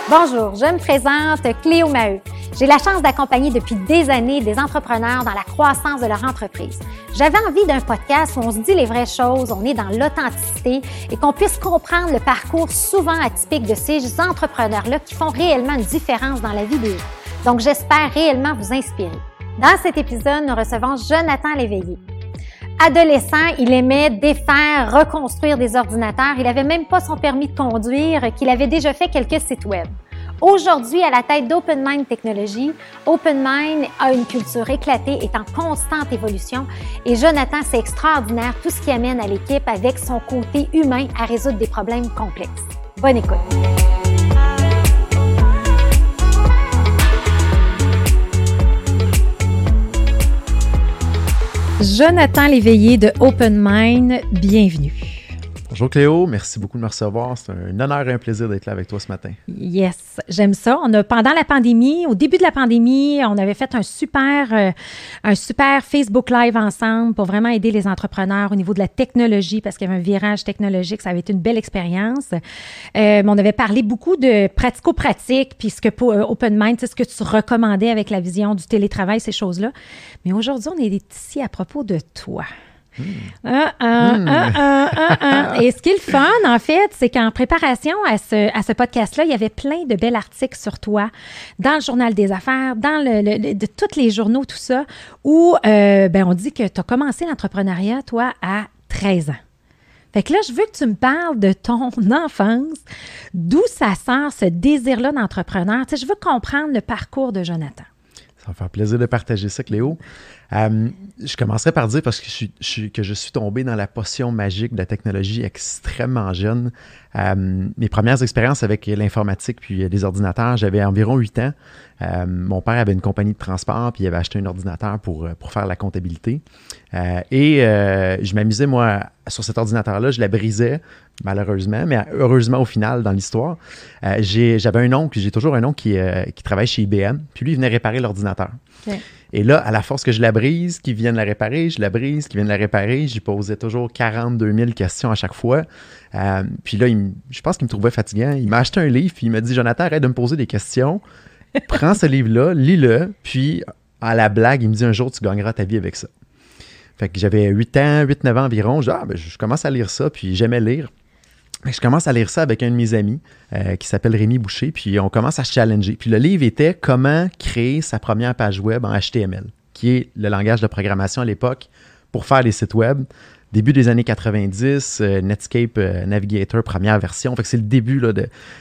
Bonjour, je me présente Cléo Maheu. J'ai la chance d'accompagner depuis des années des entrepreneurs dans la croissance de leur entreprise. J'avais envie d'un podcast où on se dit les vraies choses, on est dans l'authenticité et qu'on puisse comprendre le parcours souvent atypique de ces entrepreneurs-là qui font réellement une différence dans la vie des gens. Donc, j'espère réellement vous inspirer. Dans cet épisode, nous recevons Jonathan Léveillé. Adolescent, il aimait défaire, reconstruire des ordinateurs. Il n'avait même pas son permis de conduire, qu'il avait déjà fait quelques sites web. Aujourd'hui, à la tête d'OpenMind Technologies, OpenMind a une culture éclatée, est en constante évolution. Et Jonathan, c'est extraordinaire tout ce qui amène à l'équipe avec son côté humain à résoudre des problèmes complexes. Bonne écoute! Jonathan Léveillé de OpenMind, bienvenue. Bonjour Cléo, merci beaucoup de me recevoir. C'est un honneur et un plaisir d'être là avec toi ce matin. Yes, j'aime ça. Pendant la pandémie, au début de la pandémie, on avait fait un super Facebook Live ensemble pour vraiment aider les entrepreneurs au niveau de la technologie parce qu'il y avait un virage technologique. Ça avait été une belle expérience. On avait parlé beaucoup de pratico-pratique puis ce que pour OpenMind, c'est ce que tu recommandais avec la vision du télétravail, ces choses-là. Mais aujourd'hui, on est ici à propos de toi. Et ce qui est le fun, en fait, c'est qu'en préparation à ce podcast-là, il y avait plein de bels articles sur toi dans le Journal des Affaires, dans de tous les journaux, tout ça, où on dit que tu as commencé l'entrepreneuriat, toi, à 13 ans. Fait que là, je veux que tu me parles de ton enfance, d'où ça sort ce désir-là d'entrepreneur. Tu sais, je veux comprendre le parcours de Jonathan. Ça va me faire plaisir de partager ça, Cléo. Je commencerai par dire parce que je suis tombé dans la potion magique de la technologie extrêmement jeune. Mes premières expériences avec l'informatique puis les ordinateurs, j'avais environ 8 ans. Mon père avait une compagnie de transport puis il avait acheté un ordinateur pour faire la comptabilité. Je m'amusais, moi, sur cet ordinateur-là. Je la brisais, malheureusement, mais heureusement, au final, dans l'histoire. J'avais un oncle, j'ai toujours un oncle qui travaille chez IBM. Puis lui, il venait réparer l'ordinateur. Okay. Et là, à la force que je la brise, qu'il vienne la réparer, je la brise, qu'il vienne la réparer, j'y posais toujours 42 000 questions à chaque fois. Puis là, je pense qu'il me trouvait fatiguant. Il m'a acheté un livre, puis il m'a dit « Jonathan, arrête de me poser des questions. Prends ce livre-là, lis-le. » Puis, à la blague, il me dit « Un jour, tu gagneras ta vie avec ça. » Fait que j'avais 8-9 ans environ. Je commence à lire ça, puis j'aimais lire. Je commence à lire ça avec un de mes amis qui s'appelle Rémi Boucher, puis on commence à se challenger. Puis le livre était « Comment créer sa première page web en HTML », qui est le langage de programmation à l'époque pour faire des sites web. Début des années 90, Netscape Navigator, première version. Fait que c'est le début là,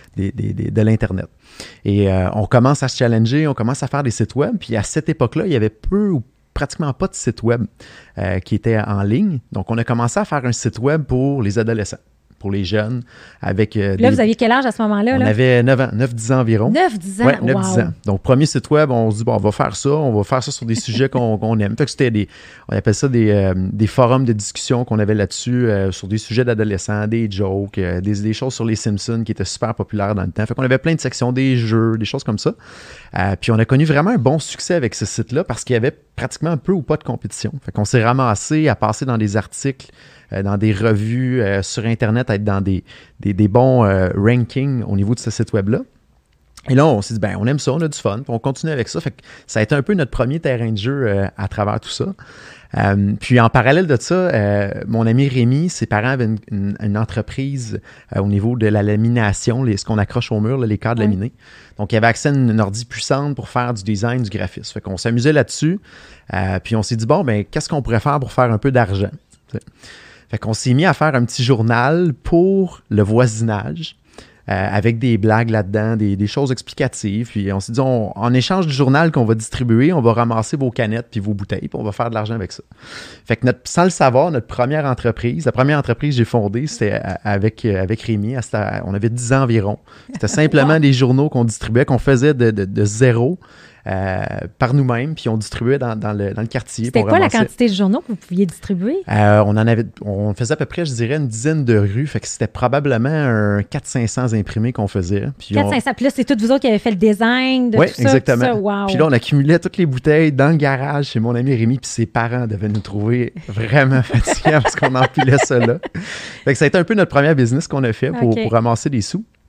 de l'Internet. Et on commence à se challenger, on commence à faire des sites web. Puis à cette époque-là, il y avait peu ou pratiquement pas de site web qui était en ligne. Donc, on a commencé à faire un site web pour les adolescents, pour les jeunes. Là, vous aviez quel âge à ce moment-là? On avait 9-10 ans environ. 9-10 ans? Oui, 9-10 ans. Donc, premier site web, on se dit, on va faire ça sur des sujets qu'on aime. Fait que c'était on appelle ça des forums de discussion qu'on avait là-dessus sur des sujets d'adolescents, des jokes, des choses sur les Simpsons qui étaient super populaires dans le temps. Fait qu'on avait plein de sections, des jeux, des choses comme ça. Puis on a connu vraiment un bon succès avec ce site-là parce qu'il y avait pratiquement peu ou pas de compétition. Fait qu'on s'est ramassé à passer dans des articles, dans des revues sur Internet, à être dans des bons rankings au niveau de ce site web-là. Et là, on s'est dit, on aime ça, on a du fun, puis on continue avec ça. Fait que ça a été un peu notre premier terrain de jeu à travers tout ça. Puis en parallèle de ça, mon ami Rémi, ses parents avaient une entreprise au niveau de la lamination, ce qu'on accroche au mur, là, les cadres laminés. Donc, il avait accès à une ordi puissante pour faire du design, du graphisme. Fait qu'on s'amusait là-dessus. Puis on s'est dit, qu'est-ce qu'on pourrait faire pour faire un peu d'argent? T'sais. Fait qu'on s'est mis à faire un petit journal pour le voisinage. Avec des blagues là-dedans, des choses explicatives. Puis on s'est dit, en échange du journal qu'on va distribuer, on va ramasser vos canettes puis vos bouteilles, puis on va faire de l'argent avec ça. Fait que sans le savoir, notre première entreprise, la première entreprise que j'ai fondée, c'était avec Rémi. On avait 10 ans environ. C'était simplement des journaux qu'on distribuait, qu'on faisait de zéro. Par nous-mêmes, puis on distribuait dans le quartier. C'était quoi la quantité de journaux que vous pouviez distribuer? On faisait à peu près, je dirais, une dizaine de rues, fait que c'était probablement un 400-500 imprimés qu'on faisait. 400-500, puis là, c'est tous vous autres qui avez fait le design de tout ça? Oui, exactement. Tout ça. Wow. Puis là, on accumulait toutes les bouteilles dans le garage chez mon ami Rémi, puis ses parents devaient nous trouver vraiment fatigants parce qu'on empilait ça là. Fait que ça a été un peu notre premier business qu'on a fait pour ramasser des sous.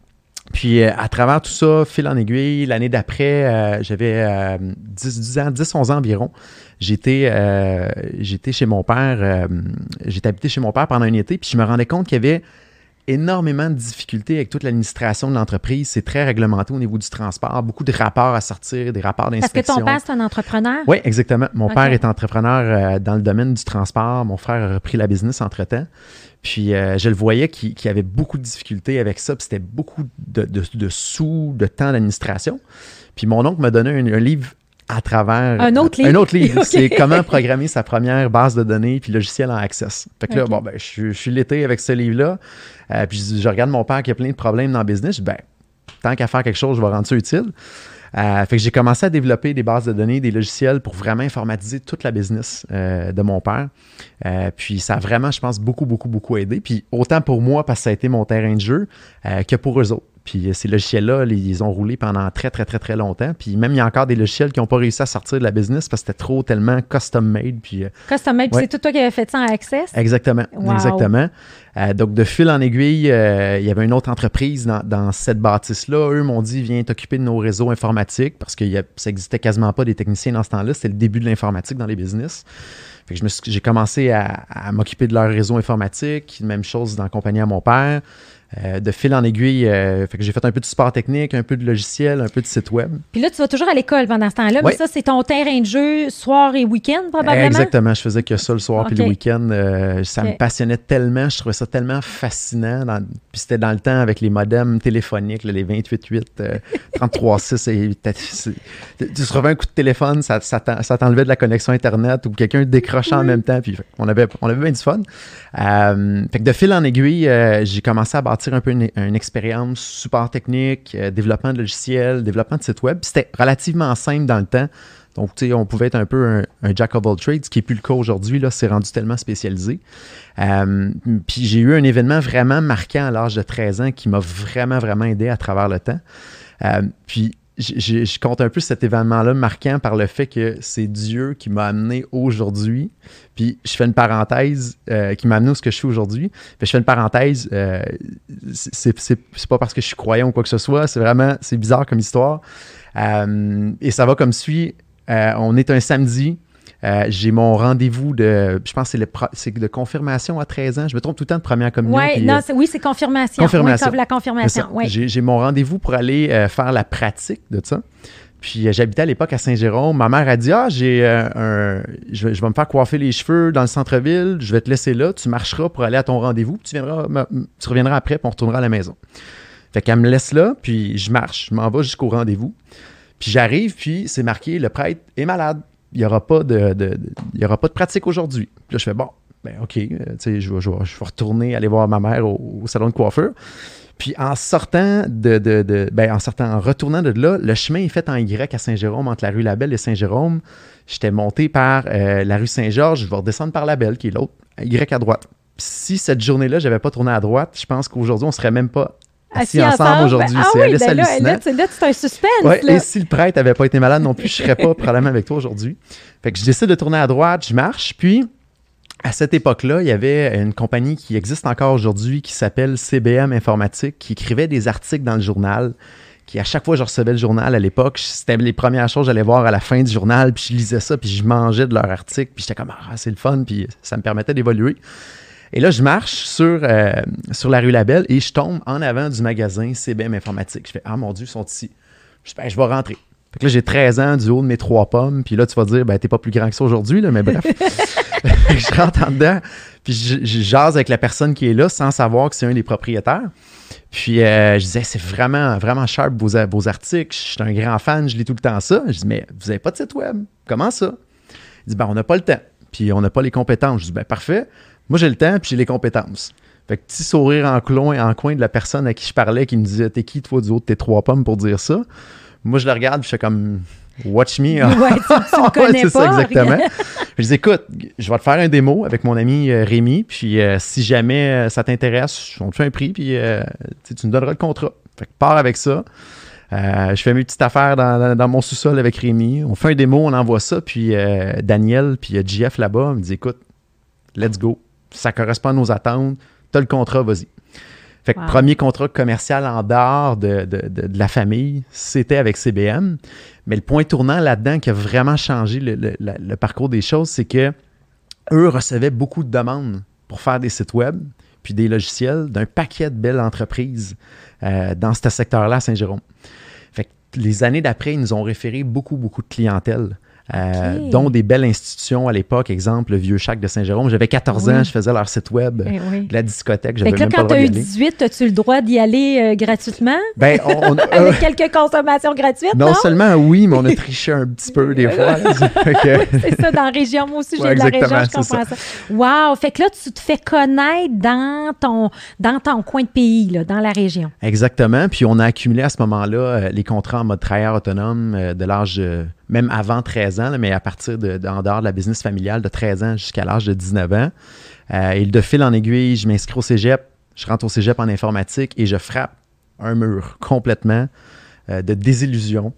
Puis, à travers tout ça, fil en aiguille, l'année d'après, j'avais 10, 11 ans environ. J'étais chez mon père, j'étais habité chez mon père pendant un été, puis je me rendais compte qu'il y avait énormément de difficultés avec toute l'administration de l'entreprise. C'est très réglementé au niveau du transport, beaucoup de rapports à sortir, des rapports d'inspection. Est-ce que ton père, c'est un entrepreneur? Oui, exactement. Mon père est entrepreneur dans le domaine du transport. Mon frère a repris la business entre-temps. Puis, je le voyais qu'il avait beaucoup de difficultés avec ça. Puis, c'était beaucoup de sous, de temps d'administration. Puis, mon oncle m'a donné un livre à travers... Un autre livre? Un autre livre. Okay. C'est comment programmer sa première base de données puis logiciel en Access. Fait que là, bon, ben, je suis l'été avec ce livre-là. Puis, je regarde mon père qui a plein de problèmes dans le business. Je dis, ben, tant qu'à faire quelque chose, je vais rendre ça utile. Fait que j'ai commencé à développer des bases de données, des logiciels pour vraiment informatiser toute la business de mon père. Puis ça a vraiment, je pense, beaucoup aidé. Puis autant pour moi, parce que ça a été mon terrain de jeu, que pour eux autres. Puis ces logiciels-là, ils ont roulé pendant très longtemps. Puis même, il y a encore des logiciels qui n'ont pas réussi à sortir de la business parce que c'était tellement custom-made. Puis, custom-made, puis c'est tout toi qui avais fait ça en Access? Exactement, wow. Exactement. Donc, de fil en aiguille, il y avait une autre entreprise dans cette bâtisse-là. Eux m'ont dit, viens t'occuper de nos réseaux informatiques parce que ça n'existait quasiment pas des techniciens dans ce temps-là. C'était le début de l'informatique dans les business. Fait que j'ai commencé à m'occuper de leur réseau informatique. Même chose dans la compagnie à mon père. De fil en aiguille, fait que j'ai fait un peu de support technique, un peu de logiciel, un peu de site web. Puis là, tu vas toujours à l'école pendant ce temps-là, oui. Mais ça, c'est ton terrain de jeu soir et week-end, probablement? Exactement, je faisais que ça le soir puis le week-end. Ça me passionnait tellement, je trouvais ça tellement fascinant. Puis c'était dans le temps avec les modems téléphoniques, là, les 28.8, 33.6. Tu se revais un coup de téléphone, ça t'enlevait de la connexion Internet ou quelqu'un décrochait en même temps. Puis on avait bien du fun. Fait que de fil en aiguille, j'ai commencé à bâtir un peu une expérience support technique, développement de logiciels, développement de site web. Puis c'était relativement simple dans le temps. Donc, tu sais, on pouvait être un peu un jack of all trades, ce qui n'est plus le cas aujourd'hui. Là, c'est rendu tellement spécialisé. Puis j'ai eu un événement vraiment marquant à l'âge de 13 ans qui m'a vraiment aidé à travers le temps. Puis je compte un peu cet événement-là marquant par le fait que c'est Dieu qui m'a amené aujourd'hui. Puis je fais une parenthèse qui m'a amené où ce que je suis aujourd'hui. Puis je fais une parenthèse, c'est pas parce que je suis croyant ou quoi que ce soit, c'est bizarre comme histoire. Et ça va comme suit. On est un samedi. J'ai mon rendez-vous je pense que c'est de confirmation à 13 ans. Je me trompe tout le temps de première communion. Oui, c'est confirmation. Confirmation. Oui, la confirmation, oui. J'ai mon rendez-vous pour aller faire la pratique de ça. Puis j'habitais à l'époque à Saint-Jérôme. Ma mère a dit, je vais me faire coiffer les cheveux dans le centre-ville. Je vais te laisser là. Tu marcheras pour aller à ton rendez-vous. Puis tu reviendras après, puis on retournera à la maison. Fait qu'elle me laisse là, puis je marche. Je m'en vais jusqu'au rendez-vous. Puis j'arrive, puis c'est marqué, le prêtre est malade. Il n'y aura pas de pratique aujourd'hui. Puis là, je fais, bon, ben OK, tu sais, je vais retourner aller voir ma mère au salon de coiffeur. Puis en retournant de là, le chemin est fait en Y à Saint-Jérôme, entre la rue Labelle et Saint-Jérôme. J'étais monté par la rue Saint-Georges, je vais redescendre par Labelle, qui est l'autre, Y à droite. Puis si cette journée-là, je n'avais pas tourné à droite, je pense qu'aujourd'hui, on ne serait même pas assis ensemble aujourd'hui. Là, c'est un suspense. Ouais, et si le prêtre n'avait pas été malade non plus, je ne serais pas probablement avec toi aujourd'hui. Fait que je décide de tourner à droite, je marche, puis à cette époque-là, il y avait une compagnie qui existe encore aujourd'hui qui s'appelle CBM Informatique, qui écrivait des articles dans le journal, qui à chaque fois que je recevais le journal à l'époque, c'était les premières choses que j'allais voir à la fin du journal, puis je lisais ça, puis je mangeais de leur article, puis j'étais comme « Ah, c'est le fun », puis ça me permettait d'évoluer. Et là, je marche sur la rue Labelle et je tombe en avant du magasin CBM Informatique. Je fais « Ah mon Dieu, ils sont ici. » Je fais « Je vais rentrer. » Fait que là, j'ai 13 ans du haut de mes 3 pommes. Puis là, tu vas dire, ben, t'es pas plus grand que ça aujourd'hui, là, mais bref. Je rentre en dedans, puis je jase avec la personne qui est là sans savoir que c'est un des propriétaires. Puis je disais, c'est vraiment sharp vos articles. Je suis un grand fan, je lis tout le temps ça. Je dis, mais vous avez pas de site web. Comment ça? Il dit, ben, on n'a pas le temps. Puis on n'a pas les compétences. Je dis, ben, parfait. Moi, j'ai le temps, puis j'ai les compétences. Fait que petit sourire en coin de la personne à qui je parlais qui me disait, t'es qui, toi, du haut de tes 3 pommes pour dire ça? Moi, je le regarde, puis je fais comme, watch me. Ouais, tu me connais c'est pas. Ça, exactement. Je dis, écoute, je vais te faire un démo avec mon ami Rémi, puis si jamais ça t'intéresse, on te fait un prix, puis tu me donneras le contrat. Fait que pars avec ça. Je fais mes petites affaires dans mon sous-sol avec Rémi. On fait un démo, on envoie ça, puis Daniel, puis JF là-bas, me dit, écoute, let's go. Ça correspond à nos attentes. T'as le contrat, vas-y. Fait que premier contrat commercial en dehors de la famille, c'était avec CBM. Mais le point tournant là-dedans qui a vraiment changé le parcours des choses, c'est que eux recevaient beaucoup de demandes pour faire des sites web puis des logiciels d'un paquet de belles entreprises dans ce secteur-là à Saint-Jérôme. Fait que les années d'après, ils nous ont référé beaucoup de clientèle. Dont des belles institutions à l'époque, exemple le Vieux Chac de Saint-Jérôme. J'avais 14 ans, je faisais leur site web, de la discothèque, j'avais même pas le droit d'y aller. Quand tu as eu 18, as-tu le droit d'y aller gratuitement? Ben, avec quelques consommations gratuites, non? Non seulement oui, mais on a triché un petit peu des fois. Oui, c'est ça, dans la région. Moi aussi, j'ai de la région, je comprends ça. Wow! Fait que là, tu te fais connaître dans ton coin de pays, là, dans la région. Exactement. Puis on a accumulé à ce moment-là les contrats en mode travailleur autonome de l'âge... même avant 13 ans, là, mais à partir en dehors de la business familiale, de 13 ans jusqu'à l'âge de 19 ans. Et de fil en aiguille, je m'inscris au cégep, je rentre au cégep en informatique et je frappe un mur complètement de désillusion.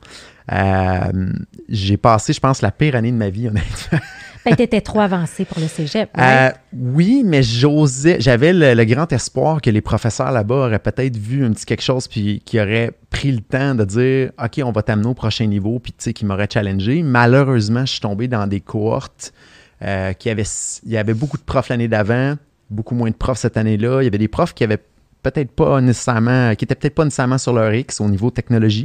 J'ai passé, je pense, la pire année de ma vie, honnêtement. Ben, tu étais trop avancé pour le cégep. Oui, mais j'avais le grand espoir que les professeurs là-bas auraient peut-être vu un petit quelque chose puis qui auraient pris le temps de dire « OK, on va t'amener au prochain niveau » puis tu sais, qui m'auraient challengé. Malheureusement, je suis tombé dans des cohortes il y avait beaucoup de profs l'année d'avant, beaucoup moins de profs cette année-là. Il y avait des profs qui étaient peut-être pas nécessairement sur leur X au niveau technologie.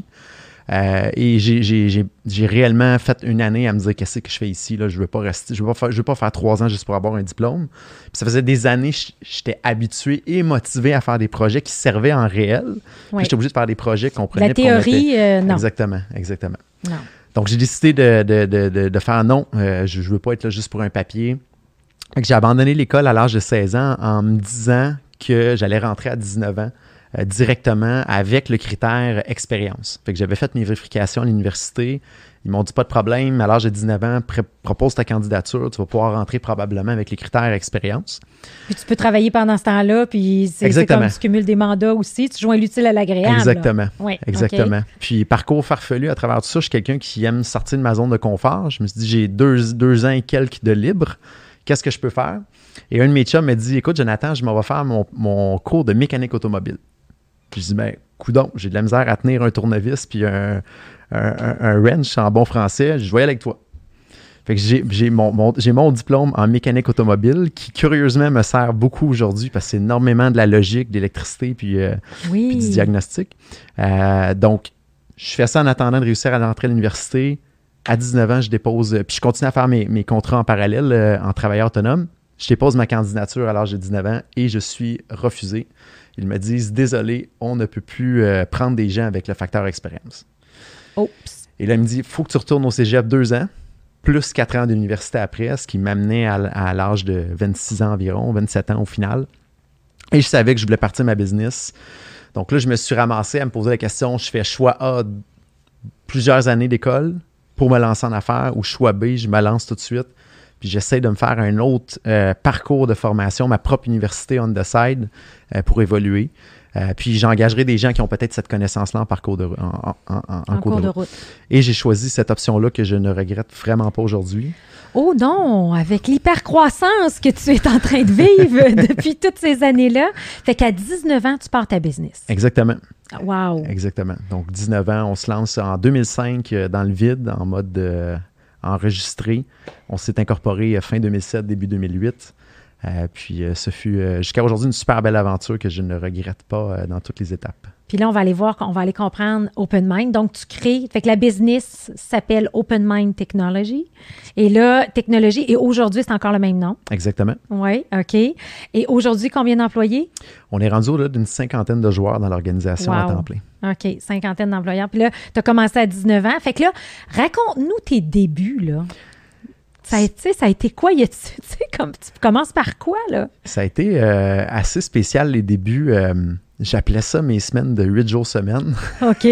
Et j'ai réellement fait une année à me dire qu'est-ce que je fais ici, là, je veux pas faire 3 ans juste pour avoir un diplôme. Puis ça faisait des années j'étais habitué et motivé à faire des projets qui servaient en réel. Puis j'étais obligé de faire des projets qu'on prenait. La théorie, non. Exactement. Non. Donc j'ai décidé de faire non, je veux pas être là juste pour un papier. Fait que j'ai abandonné l'école à l'âge de 16 ans en me disant que j'allais rentrer à 19 ans. Directement avec le critère expérience. Fait que j'avais fait mes vérifications à l'université. Ils m'ont dit pas de problème, à l'âge de 19 ans, propose ta candidature, tu vas pouvoir rentrer probablement avec les critères expérience. Puis tu peux travailler pendant ce temps-là, puis c'est comme tu cumules des mandats aussi, tu joins l'utile à l'agréable. Exactement. Oui, exactement. Okay. Puis parcours farfelu à travers tout ça, je suis quelqu'un qui aime sortir de ma zone de confort. Je me suis dit, j'ai 2 ans et quelques de libre. Qu'est-ce que je peux faire? Et un de mes chums m'a dit, écoute, Jonathan, je m'en vais faire mon cours de mécanique automobile. Puis je dis, ben, coudonc, j'ai de la misère à tenir un tournevis puis un wrench en bon français. Je vais y aller avec toi. Fait que j'ai mon diplôme en mécanique automobile qui, curieusement, me sert beaucoup aujourd'hui parce que c'est énormément de la logique, de l'électricité puis du diagnostic. Donc, je fais ça en attendant de réussir à entrer à l'université. À 19 ans, je dépose... Puis je continue à faire mes contrats en parallèle en travailleur autonome. Je dépose ma candidature à l'âge de 19 ans et je suis refusé. Ils me disent, désolé, on ne peut plus prendre des gens avec le facteur expérience. Oups. Et là, il me dit, il faut que tu retournes au cégep 2 ans, plus 4 ans d'université après, ce qui m'amenait à l'âge de 26 ans environ, 27 ans au final. Et je savais que je voulais partir ma business. Donc là, je me suis ramassé à me poser la question, je fais choix A, plusieurs années d'école pour me lancer en affaires, ou choix B, je me lance tout de suite. Puis j'essaie de me faire un autre parcours de formation, ma propre université on the side pour évoluer. Puis j'engagerai des gens qui ont peut-être cette connaissance-là en cours de route. Et j'ai choisi cette option-là que je ne regrette vraiment pas aujourd'hui. Oh non, avec l'hypercroissance que tu es en train de vivre depuis toutes ces années-là. Fait qu'à 19 ans, tu pars ta business. Exactement. Wow. Exactement. Donc 19 ans, on se lance en 2005 dans le vide, en mode... enregistré. On s'est incorporé fin 2007, début 2008. Puis ce fut jusqu'à aujourd'hui une super belle aventure que je ne regrette pas dans toutes les étapes. Puis là, on va aller comprendre Open Mind. Donc, tu crées, fait que la business s'appelle Open Mind Technology. Et là, technologie, et aujourd'hui, c'est encore le même nom. Exactement. Oui, OK. Et aujourd'hui, combien d'employés? On est rendu au-delà d'une 50aine de joueurs dans l'organisation à temps plein. OK, 50aine d'employeurs. Puis là, tu as commencé à 19 ans. Fait que là, raconte-nous tes débuts, là. Ça a été quoi? Tu commences par quoi, là? Ça a été assez spécial, les débuts. J'appelais ça mes semaines de 8 jours semaine. OK.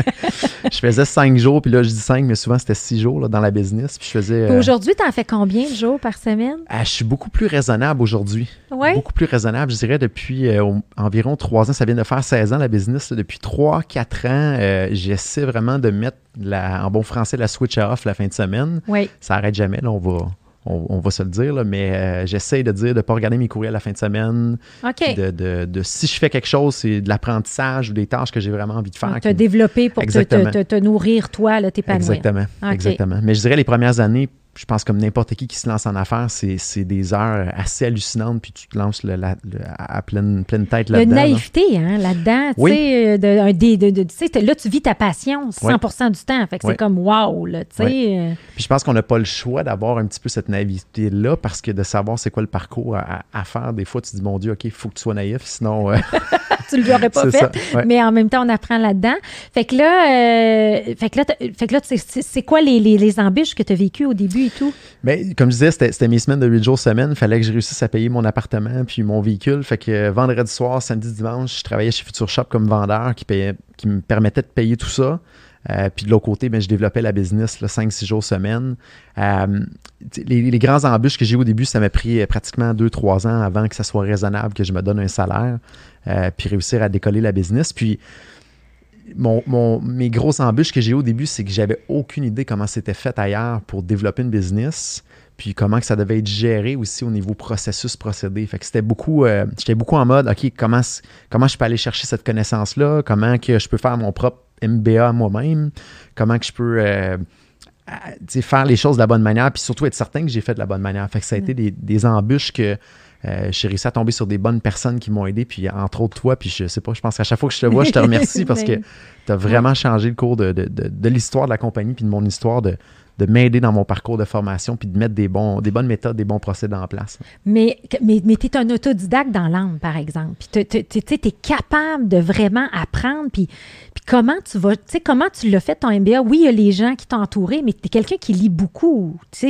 Je faisais 5 jours, puis là, je dis 5, mais souvent, c'était 6 jours là, dans la business. Puis je faisais... Aujourd'hui, tu en fais combien de jours par semaine? Je suis beaucoup plus raisonnable aujourd'hui. Oui? Beaucoup plus raisonnable, je dirais, depuis environ 3 ans. Ça vient de faire 16 ans, la business. Là, depuis 3-4 ans, j'essaie vraiment de mettre, en bon français, la switch off la fin de semaine. Oui. Ça n'arrête jamais. Là, on On va se le dire, là, mais j'essaie de dire de ne pas regarder mes courriels à la fin de semaine. OK. Si je fais quelque chose, c'est de l'apprentissage ou des tâches que j'ai vraiment envie de faire. Te développer pour te nourrir, toi, là, t'épanouir. Exactement. Okay. Exactement. Mais je dirais les premières années, je pense comme n'importe qui se lance en affaires, c'est des heures assez hallucinantes, puis tu te lances à pleine tête là-dedans. Il y a une naïveté là-dedans. Oui. Tu sais, là, tu vis ta passion 100% du temps. Fait que c'est comme wow, là, tu sais. Oui. Puis je pense qu'on n'a pas le choix d'avoir un petit peu cette naïveté-là, parce que de savoir c'est quoi le parcours à faire, des fois, tu te dis, mon Dieu, OK, il faut que tu sois naïf, sinon... tu ne l'aurais pas fait, mais en même temps, on apprend là-dedans. Fait que là, c'est quoi les embûches que tu as vécues au début et tout? Bien, comme je disais, c'était mes semaines de 8 jours semaine. Il fallait que je réussisse à payer mon appartement puis mon véhicule. Fait que vendredi soir, samedi, dimanche, je travaillais chez Future Shop comme vendeur qui me permettait de payer tout ça. Puis de l'autre côté, je développais la business 5-6 jours semaine. Les grands embûches que j'ai eu au début, ça m'a pris pratiquement 2-3 ans avant que ça soit raisonnable, que je me donne un salaire, puis réussir à décoller la business. Puis mes grosses embûches que j'ai eues au début, c'est que j'avais aucune idée comment c'était fait ailleurs pour développer une business, puis comment que ça devait être géré aussi au niveau processus, procédé. Fait que j'étais beaucoup en mode, OK, comment je peux aller chercher cette connaissance-là, comment que je peux faire mon propre MBA moi-même, comment que je peux faire les choses de la bonne manière, puis surtout être certain que j'ai fait de la bonne manière. Fait que ça a été des embûches que j'ai réussi à tomber sur des bonnes personnes qui m'ont aidé, puis entre autres toi, puis je sais pas, je pense qu'à chaque fois que je te vois, je te remercie parce que tu as vraiment changé le cours de l'histoire de la compagnie, puis de mon histoire de m'aider dans mon parcours de formation, puis de mettre des bonnes méthodes, des bons procédés en place. Mais tu es un autodidacte dans l'âme, par exemple. Puis tu es capable de vraiment apprendre, puis comment tu l'as fait, ton MBA? Oui, il y a les gens qui t'ont entouré, mais tu es quelqu'un qui lit beaucoup. Tu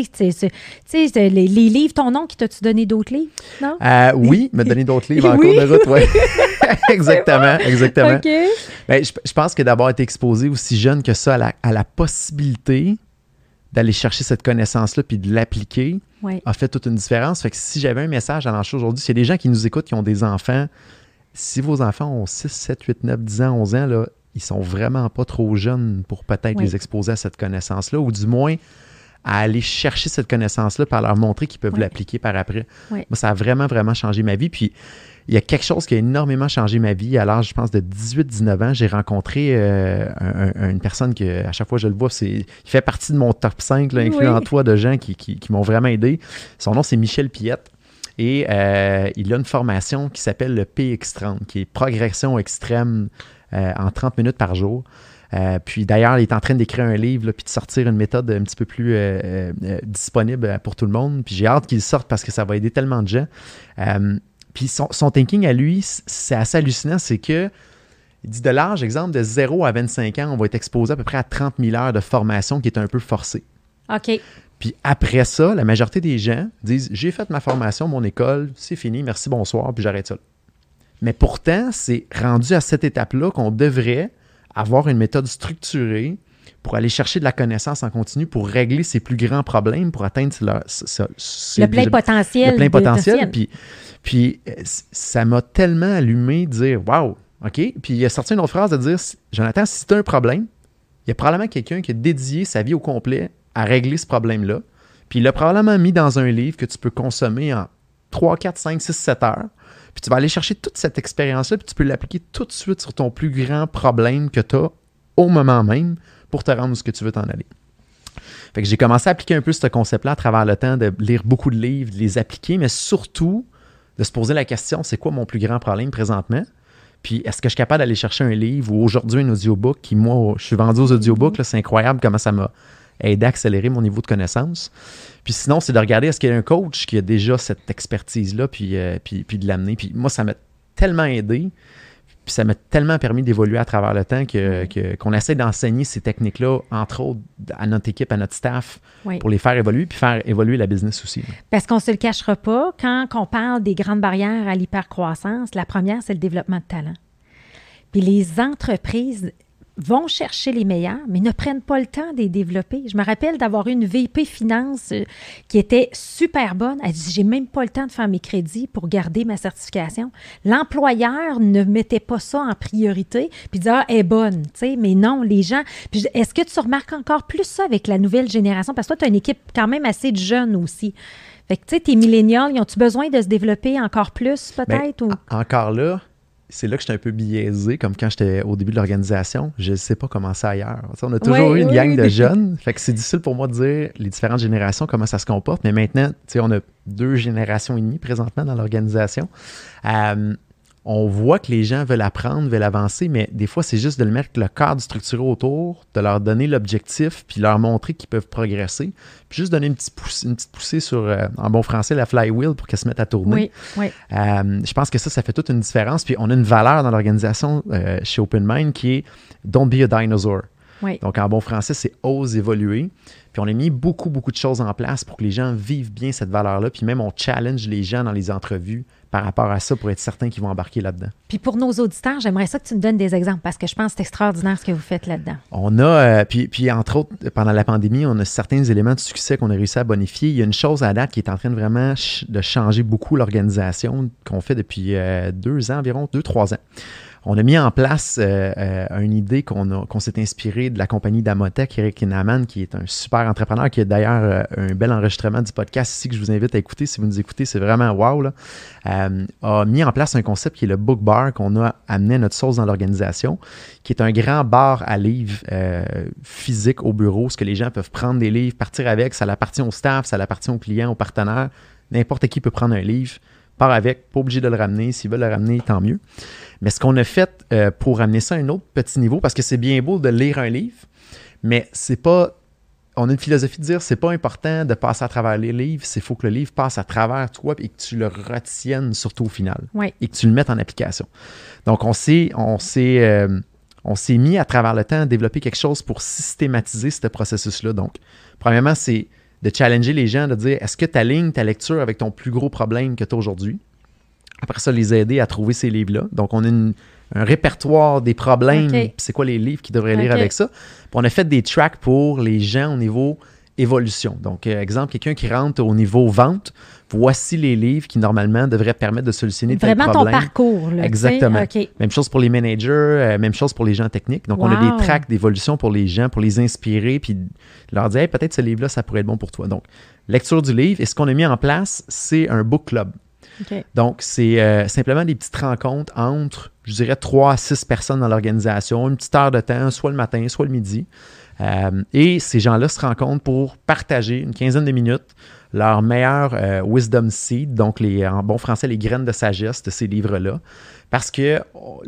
sais, les livres, ton nom, qui t'as-tu donné d'autres livres? Non? Oui, me donner d'autres livres en cours de route, oui. Exactement. Okay. Bien, je pense que d'avoir été exposé aussi jeune que ça à la possibilité d'aller chercher cette connaissance-là puis de l'appliquer a fait toute une différence. Fait que si j'avais un message à lancer aujourd'hui, s'il y a des gens qui nous écoutent, qui ont des enfants, si vos enfants ont 6, 7, 8, 9, 10 ans, 11 ans, là, ils sont vraiment pas trop jeunes pour peut-être les exposer à cette connaissance-là, ou du moins à aller chercher cette connaissance-là par leur montrer qu'ils peuvent l'appliquer par après. Moi, ça a vraiment, vraiment changé ma vie. Puis il y a quelque chose qui a énormément changé ma vie. À l'âge, je pense, de 18-19 ans, j'ai rencontré une personne que, à chaque fois que je le vois, il fait partie de mon top 5, là, incluant toi, de gens qui m'ont vraiment aidé. Son nom, c'est Michel Piette. Et il a une formation qui s'appelle le PX30, qui est progression extrême en 30 minutes par jour. Puis d'ailleurs, il est en train d'écrire un livre, là, puis de sortir une méthode un petit peu plus disponible pour tout le monde. Puis j'ai hâte qu'il sorte parce que ça va aider tellement de gens. Puis son thinking à lui, c'est assez hallucinant, c'est que il dit de l'âge, exemple, de 0 à 25 ans, on va être exposé à peu près à 30 000 heures de formation qui est un peu forcée. OK. Puis après ça, la majorité des gens disent « J'ai fait ma formation, mon école, c'est fini, merci, bonsoir, puis j'arrête ça. » Mais pourtant, c'est rendu à cette étape-là qu'on devrait avoir une méthode structurée pour aller chercher de la connaissance en continu, pour régler ses plus grands problèmes, pour atteindre le plein potentiel. Le plein potentiel. Puis ça m'a tellement allumé de dire « Wow! » OK? Puis il a sorti une autre phrase de dire « Jonathan, si tu as un problème, il y a probablement quelqu'un qui a dédié sa vie au complet à régler ce problème-là. Puis il l'a probablement mis dans un livre que tu peux consommer en 3, 4, 5, 6, 7 heures. Puis tu vas aller chercher toute cette expérience-là, puis tu peux l'appliquer tout de suite sur ton plus grand problème que tu as au moment même pour te rendre où ce que tu veux t'en aller. Fait que j'ai commencé à appliquer un peu ce concept-là à travers le temps, de lire beaucoup de livres, de les appliquer, mais surtout de se poser la question, c'est quoi mon plus grand problème présentement? Puis est-ce que je suis capable d'aller chercher un livre ou aujourd'hui un audiobook qui, moi, je suis vendu aux audiobooks, là, c'est incroyable comment ça m'a aidé à accélérer mon niveau de connaissance. Puis sinon, c'est de regarder est-ce qu'il y a un coach qui a déjà cette expertise-là, puis de l'amener. Puis moi, ça m'a tellement aidé, puis ça m'a tellement permis d'évoluer à travers le temps qu'on essaie d'enseigner ces techniques-là, entre autres, à notre équipe, à notre staff, pour les faire évoluer, puis faire évoluer la business aussi. Parce qu'on ne se le cachera pas, quand on parle des grandes barrières à l'hypercroissance, la première, c'est le développement de talent. Puis les entreprises vont chercher les meilleurs, mais ne prennent pas le temps de les développer. Je me rappelle d'avoir eu une VP Finance qui était super bonne. Elle dit, j'ai même pas le temps de faire mes crédits pour garder ma certification. L'employeur ne mettait pas ça en priorité, puis disait, elle est bonne, tu sais, mais non, les gens... Puis, est-ce que tu remarques encore plus ça avec la nouvelle génération? Parce que toi, tu as une équipe quand même assez jeune aussi. Fait que, tu sais, tes millénials, ils ont-tu besoin de se développer encore plus, peut-être? Ou... Encore là, c'est là que j'étais un peu biaisé, comme quand j'étais au début de l'organisation. Je ne sais pas comment c'est ailleurs. On a toujours eu une gang de jeunes. Fait que c'est difficile pour moi de dire les différentes générations, comment ça se comporte. Mais maintenant, on a 2 générations et demie présentement dans l'organisation. On voit que les gens veulent apprendre, veulent avancer, mais des fois, c'est juste de le mettre le cadre structuré autour, de leur donner l'objectif, puis leur montrer qu'ils peuvent progresser, puis juste donner une petite poussée sur, en bon français, la flywheel pour qu'elle se mette à tourner. Oui. Je pense que ça fait toute une différence. Puis on a une valeur dans l'organisation chez OpenMind qui est « Don't be a dinosaur ». Oui. Donc, en bon français, c'est « ose évoluer ». Puis on a mis beaucoup de choses en place pour que les gens vivent bien cette valeur-là. Puis même, on challenge les gens dans les entrevues par rapport à ça pour être certain qu'ils vont embarquer là-dedans. Puis pour nos auditeurs, j'aimerais ça que tu me donnes des exemples parce que je pense que c'est extraordinaire ce que vous faites là-dedans. On a, puis entre autres, pendant la pandémie, on a certains éléments de succès qu'on a réussi à bonifier. Il y a une chose à date qui est en train de vraiment de changer beaucoup l'organisation qu'on fait depuis 2 ans environ, 2-3 ans. On a mis en place une idée qu'on s'est inspiré de la compagnie d'Amotech, Eric Inaman, qui est un super entrepreneur, qui a d'ailleurs un bel enregistrement du podcast ici que je vous invite à écouter. Si vous nous écoutez, c'est vraiment wow, là. A mis en place un concept qui est le Book Bar, qu'on a amené à notre sauce dans l'organisation, qui est un grand bar à livres physique au bureau, ce que les gens peuvent prendre des livres, partir avec, ça appartient au staff, ça appartient aux clients, aux partenaires. N'importe qui peut prendre un livre, part avec, pas obligé de le ramener. S'ils veulent le ramener, tant mieux. Mais ce qu'on a fait pour amener ça à un autre petit niveau, parce que c'est bien beau de lire un livre, mais c'est pas... On a une philosophie de dire c'est pas important de passer à travers les livres, c'est faut que le livre passe à travers toi et que tu le retiennes surtout au final. Oui. Et que tu le mettes en application. Donc, on s'est mis à travers le temps à développer quelque chose pour systématiser ce processus-là. Donc, premièrement, c'est de challenger les gens, de dire est-ce que tu alignes ta lecture avec ton plus gros problème que tu as aujourd'hui? Après ça, les aider à trouver ces livres-là. Donc, on a un répertoire des problèmes, puis c'est quoi les livres qu'ils devraient lire avec ça. Puis on a fait des tracks pour les gens au niveau évolution. Donc, exemple, quelqu'un qui rentre au niveau vente, voici les livres qui, normalement, devraient permettre de solutionner tel problème. Vraiment ton parcours. Là, exactement. Même chose pour les managers, même chose pour les gens techniques. Donc, on a des tracks d'évolution pour les gens, pour les inspirer, puis leur dire hey, peut-être ce livre-là, ça pourrait être bon pour toi. Donc, lecture du livre. Et ce qu'on a mis en place, c'est un book club. Donc, c'est simplement des petites rencontres entre, je dirais, 3 à 6 personnes dans l'organisation, une petite heure de temps, soit le matin, soit le midi. Et ces gens-là se rencontrent pour partager une quinzaine de minutes leur meilleur wisdom seed, donc en bon français, les graines de sagesse de ces livres-là. Parce que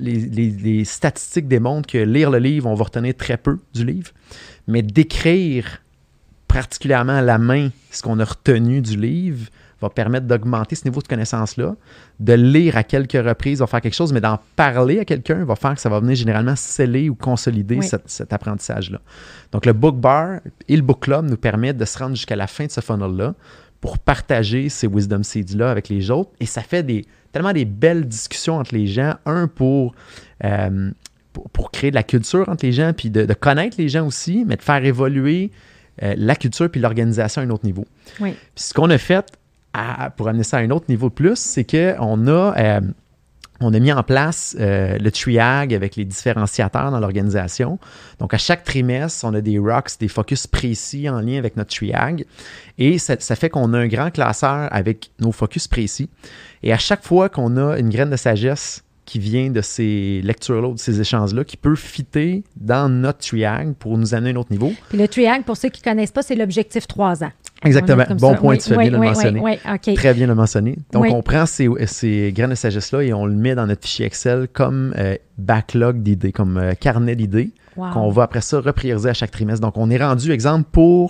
les statistiques démontrent que lire le livre, on va retenir très peu du livre, mais d'écrire particulièrement à la main ce qu'on a retenu du livre va permettre d'augmenter ce niveau de connaissance-là, de lire à quelques reprises va faire quelque chose, mais d'en parler à quelqu'un va faire que ça va venir généralement sceller ou consolider cet apprentissage-là. Donc, le Book Bar et le Book Club nous permettent de se rendre jusqu'à la fin de ce funnel-là pour partager ces Wisdom Seeds-là avec les autres. Et ça fait tellement des belles discussions entre les gens, pour créer de la culture entre les gens, puis de connaître les gens aussi, mais de faire évoluer la culture puis l'organisation à un autre niveau. Oui. Puis ce qu'on a fait, pour amener ça à un autre niveau de plus, c'est qu'on a mis en place le triag avec les différenciateurs dans l'organisation. Donc, à chaque trimestre, on a des rocks, des focus précis en lien avec notre triag. Et ça fait qu'on a un grand classeur avec nos focus précis. Et à chaque fois qu'on a une graine de sagesse qui vient de ces lectures-là, de ces échanges-là, qui peut fitter dans notre triag pour nous amener à un autre niveau. Puis le triag, pour ceux qui ne connaissent pas, c'est l'objectif 3 ans. Exactement. Bon point, tu fais bien de le mentionner. Okay. Très bien le mentionner. Donc, on prend ces graines de sagesse-là et on le met dans notre fichier Excel comme backlog d'idées, comme carnet d'idées, qu'on va après ça reprioriser à chaque trimestre. Donc, on est rendu, exemple, pour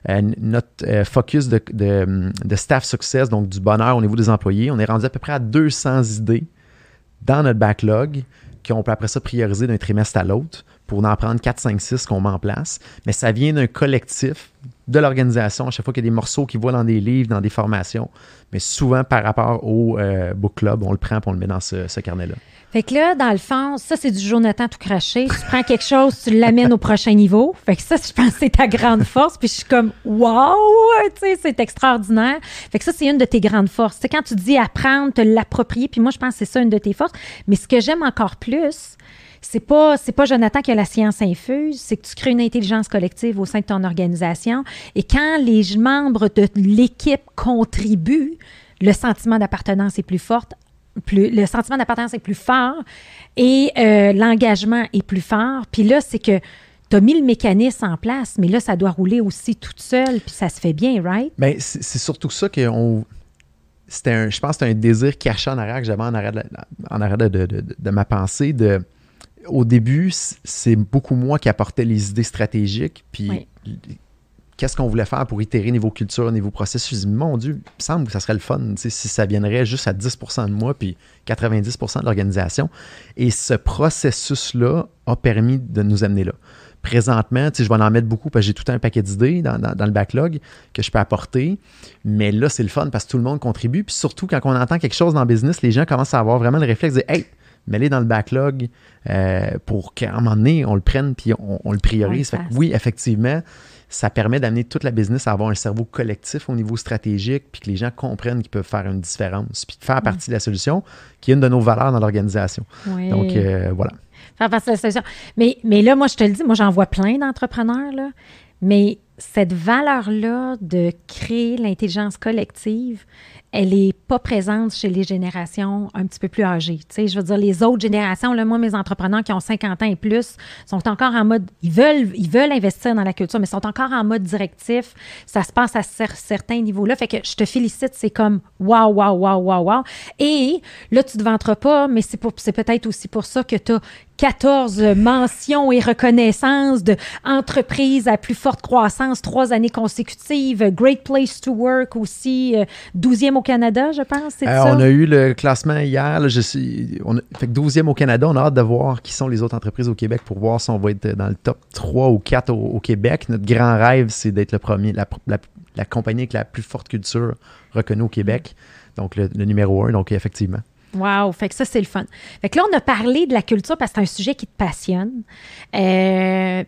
notre focus de staff success, donc du bonheur au niveau des employés, on est rendu à peu près à 200 idées dans notre backlog qu'on peut après ça prioriser d'un trimestre à l'autre pour en prendre 4, 5, 6 qu'on met en place. Mais ça vient d'un collectif de l'organisation. À chaque fois qu'il y a des morceaux qui voient dans des livres, dans des formations, mais souvent par rapport au book club, on le prend et on le met dans ce carnet-là. Fait que là, dans le fond, ça, c'est du Jonathan tout craché. Tu prends quelque chose, tu l'amènes au prochain niveau. Fait que ça, je pense que c'est ta grande force. Puis je suis comme, wow, tu sais, c'est extraordinaire. Fait que ça, c'est une de tes grandes forces. Tu sais, quand tu dis apprendre, te l'approprier, puis moi, je pense que c'est ça une de tes forces. Mais ce que j'aime encore plus, c'est pas Jonathan qui a la science infuse, c'est que tu crées une intelligence collective au sein de ton organisation. Et quand les membres de l'équipe contribuent, le sentiment d'appartenance est plus fort. Le sentiment d'appartenance est plus fort et l'engagement est plus fort. Puis là, c'est que tu as mis le mécanisme en place, mais là, ça doit rouler aussi toute seule, puis ça se fait bien, right? Bien, c'est surtout ça que je pense que c'était un désir caché en arrière que j'avais en arrière de ma pensée. Au début, c'est beaucoup moi qui apportais les idées stratégiques, puis qu'est-ce qu'on voulait faire pour itérer niveau culture, niveau processus. Mon Dieu, il me semble que ça serait le fun si ça viendrait juste à 10% de moi puis 90% de l'organisation. Et ce processus-là a permis de nous amener là. Présentement, je vais en mettre beaucoup parce que j'ai tout un paquet d'idées dans le backlog que je peux apporter. Mais là, c'est le fun parce que tout le monde contribue. Puis surtout, quand on entend quelque chose dans le business, les gens commencent à avoir vraiment le réflexe de « Hey, mets-les dans le backlog pour qu'à un moment donné, on le prenne puis on le priorise. » Fait que oui, effectivement, ça permet d'amener toute la business à avoir un cerveau collectif au niveau stratégique, puis que les gens comprennent qu'ils peuvent faire une différence, puis de faire partie de la solution, qui est une de nos valeurs dans l'organisation. Oui. Donc, voilà. Faire partie de la solution. Mais là, moi, je te le dis, moi, j'en vois plein d'entrepreneurs, là, mais cette valeur-là de créer l'intelligence collective, elle n'est pas présente chez les générations un petit peu plus âgées. Tu sais, je veux dire, les autres générations, là, moi, mes entrepreneurs qui ont 50 ans et plus sont encore en mode, ils veulent investir dans la culture, mais sont encore en mode directif. Ça se passe à certains niveaux-là. Fait que je te félicite, c'est comme wow, wow, wow, wow, wow. Et là, tu ne te vanteras pas, mais c'est peut-être aussi pour ça que tu as 14 mentions et reconnaissances d'entreprises à plus forte croissance, 3 années consécutives, Great Place to Work aussi, 12e au Canada, je pense, c'est ça? On a eu le classement hier. Là, fait que 12e au Canada. On a hâte de voir qui sont les autres entreprises au Québec pour voir si on va être dans le top 3 ou 4 au Québec. Notre grand rêve, c'est d'être le premier, la compagnie avec la plus forte culture reconnue au Québec. Donc, le numéro 1. Donc, effectivement. Wow! Fait que ça, c'est le fun. Fait que là, on a parlé de la culture parce que c'est un sujet qui te passionne. Mais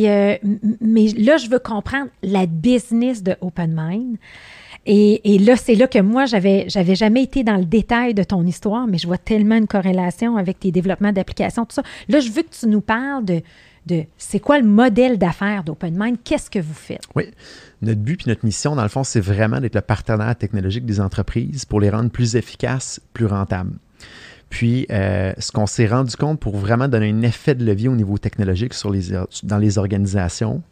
là, je veux comprendre la business de Open Mind. Et là, c'est là que moi, j'avais jamais été dans le détail de ton histoire, mais je vois tellement une corrélation avec tes développements d'applications, tout ça. Là, je veux que tu nous parles de c'est quoi le modèle d'affaires d'Open Mind? Qu'est-ce que vous faites? Oui. Notre but et notre mission, dans le fond, c'est vraiment d'être le partenaire technologique des entreprises pour les rendre plus efficaces, plus rentables. Puis, ce qu'on s'est rendu compte pour vraiment donner un effet de levier au niveau technologique dans les organisations,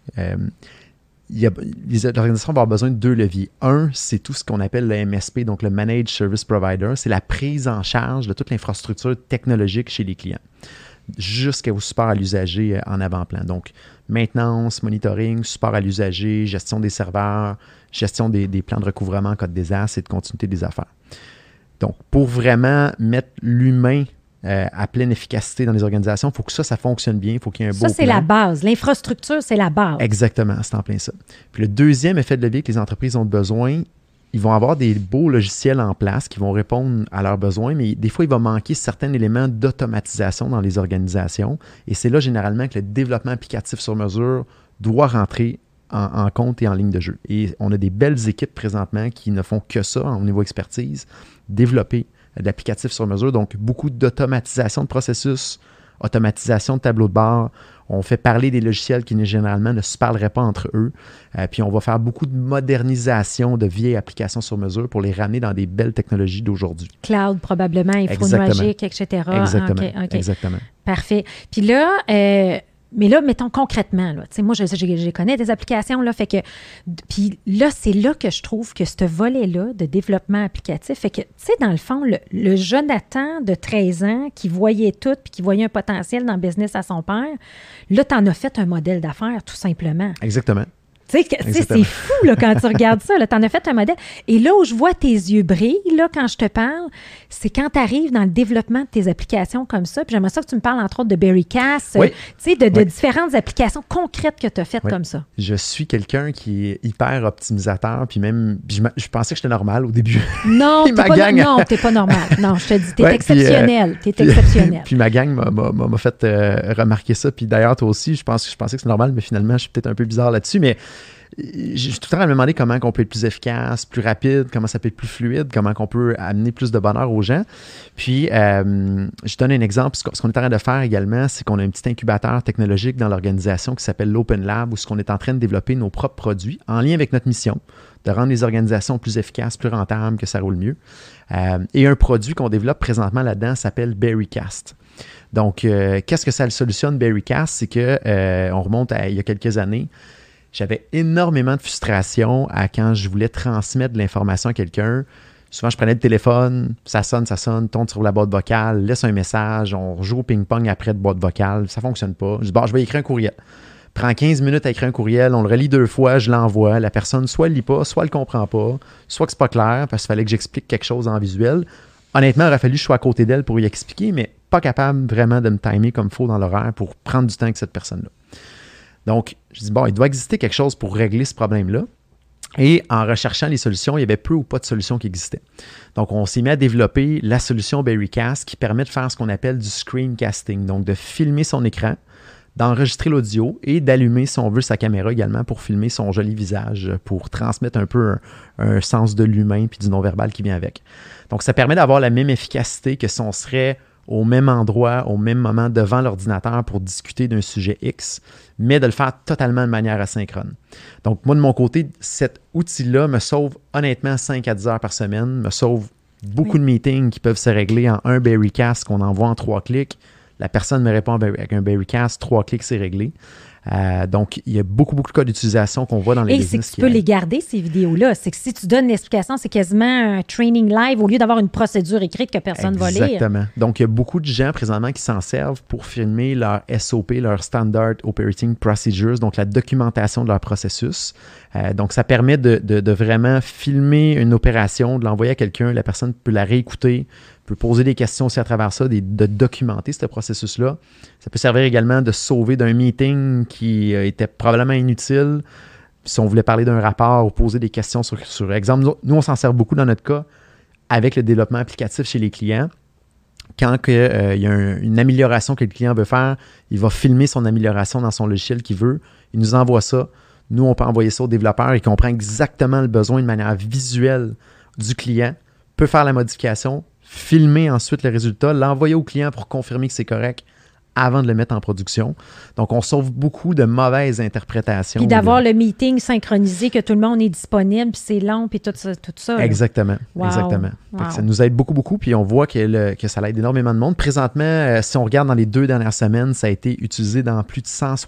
les organisations vont avoir besoin de 2 leviers. Un, c'est tout ce qu'on appelle le MSP, donc le Managed Service Provider. C'est la prise en charge de toute l'infrastructure technologique chez les clients, jusqu'au support à l'usager en avant-plan. Donc, maintenance, monitoring, support à l'usager, gestion des serveurs, gestion des plans de recouvrement en cas de désastre et de continuité des affaires. Donc, pour vraiment mettre l'humain à pleine efficacité dans les organisations, il faut que ça fonctionne bien, il faut qu'il y ait un beau plan. Ça, c'est la base. L'infrastructure, c'est la base. Exactement, c'est en plein ça. Puis le deuxième effet de levier que les entreprises ont besoin, ils vont avoir des beaux logiciels en place qui vont répondre à leurs besoins, mais des fois, il va manquer certains éléments d'automatisation dans les organisations. Et c'est là, généralement, que le développement applicatif sur mesure doit rentrer en compte et en ligne de jeu. Et on a des belles équipes présentement qui ne font que ça au niveau expertise, développer de l'applicatif sur mesure, donc beaucoup d'automatisation de processus, automatisation de tableau de bord. On fait parler des logiciels qui généralement ne se parleraient pas entre eux. Puis on va faire beaucoup de modernisation de vieilles applications sur mesure pour les ramener dans des belles technologies d'aujourd'hui. Cloud, probablement, info-nuagique, etc. Exactement. Okay. Exactement. Parfait. Puis là, mais là, mettons concrètement, là, moi, je connais des applications, là, fait que, puis là, c'est là que je trouve que ce volet-là de développement applicatif, fait que, tu sais, dans le fond, le Jonathan de 13 ans qui voyait tout puis qui voyait un potentiel dans le business à son père, là, tu en as fait un modèle d'affaires, tout simplement. Exactement. Tu sais, c'est fou là, quand tu regardes ça. Tu en as fait un modèle. Et là où je vois tes yeux briller là, quand je te parle, c'est quand tu arrives dans le développement de tes applications comme ça. Puis j'aimerais ça que tu me parles entre autres de Berrycast, oui. Tu sais, de différentes applications concrètes que tu as faites comme ça. Je suis quelqu'un qui est hyper optimisateur. Puis même, je pensais que j'étais normal au début. Non, t'es pas normal. Non, je te dis, t'es exceptionnel. T'es exceptionnel. Puis ma gang m'a fait remarquer ça. Puis d'ailleurs, toi aussi, je pensais que c'est normal, mais finalement, je suis peut-être un peu bizarre là-dessus. Mais je suis tout le temps à me demander comment on peut être plus efficace, plus rapide, comment ça peut être plus fluide, comment on peut amener plus de bonheur aux gens. Puis, je donne un exemple. Ce qu'on est en train de faire également, c'est qu'on a un petit incubateur technologique dans l'organisation qui s'appelle l'Open Lab, où on est en train de développer nos propres produits en lien avec notre mission, de rendre les organisations plus efficaces, plus rentables, que ça roule mieux. Et un produit qu'on développe présentement là-dedans s'appelle Berrycast. Donc, qu'est-ce que ça solutionne, Berrycast? C'est que on remonte à il y a quelques années. J'avais énormément de frustration quand je voulais transmettre de l'information à quelqu'un. Souvent, je prenais le téléphone, ça sonne, tombe sur la boîte vocale, laisse un message, on joue au ping-pong après de boîte vocale, ça ne fonctionne pas. Je dis, bon, je vais écrire un courriel. Prends 15 minutes à écrire un courriel, on le relit 2 fois, je l'envoie. La personne soit ne lit pas, soit elle ne comprend pas, soit que c'est pas clair parce qu'il fallait que j'explique quelque chose en visuel. Honnêtement, il aurait fallu que je sois à côté d'elle pour y expliquer, mais pas capable vraiment de me timer comme il faut dans l'horaire pour prendre du temps avec cette personne-là. Donc, je dis, bon, il doit exister quelque chose pour régler ce problème-là. Et en recherchant les solutions, il y avait peu ou pas de solutions qui existaient. Donc, on s'est mis à développer la solution Berrycast qui permet de faire ce qu'on appelle du screencasting, donc de filmer son écran, d'enregistrer l'audio et d'allumer, si on veut, sa caméra également pour filmer son joli visage, pour transmettre un peu un sens de l'humain puis du non-verbal qui vient avec. Donc, ça permet d'avoir la même efficacité que si on serait au même endroit, au même moment, devant l'ordinateur pour discuter d'un sujet X, mais de le faire totalement de manière asynchrone. Donc, moi, de mon côté, cet outil-là me sauve honnêtement 5 à 10 heures par semaine, me sauve beaucoup de meetings qui peuvent se régler en un Berrycast qu'on envoie en 3 clics. La personne me répond avec un Berrycast, 3 clics, c'est réglé. Donc, il y a beaucoup de cas d'utilisation qu'on voit dans les business. Et c'est que tu peux les garder, ces vidéos-là. C'est que si tu donnes l'explication, c'est quasiment un training live au lieu d'avoir une procédure écrite que personne ne va lire. Exactement. Donc, il y a beaucoup de gens présentement qui s'en servent pour filmer leur SOP, leur Standard Operating Procedures, donc la documentation de leur processus. Donc, ça permet de vraiment filmer une opération, de l'envoyer à quelqu'un, la personne peut la réécouter, peut poser des questions aussi à travers ça, de documenter ce processus-là. Ça peut servir également de sauver d'un meeting qui était probablement inutile. Si on voulait parler d'un rapport ou poser des questions sur exemple, nous, on s'en sert beaucoup dans notre cas avec le développement applicatif chez les clients. Quand il y a une amélioration que le client veut faire, il va filmer son amélioration dans son logiciel qu'il veut. Il nous envoie ça. Nous, on peut envoyer ça au développeur. Il comprend exactement le besoin de manière visuelle du client, peut faire la modification, filmer ensuite le résultat, l'envoyer au client pour confirmer que c'est correct avant de le mettre en production. Donc, on sauve beaucoup de mauvaises interprétations. Puis d'avoir le meeting synchronisé, que tout le monde est disponible, puis c'est long, puis tout ça. Exactement. Wow. Exactement. Wow. Ça nous aide beaucoup, puis on voit que ça aide énormément de monde. Présentement, si on regarde dans les 2 dernières semaines, ça a été utilisé dans plus de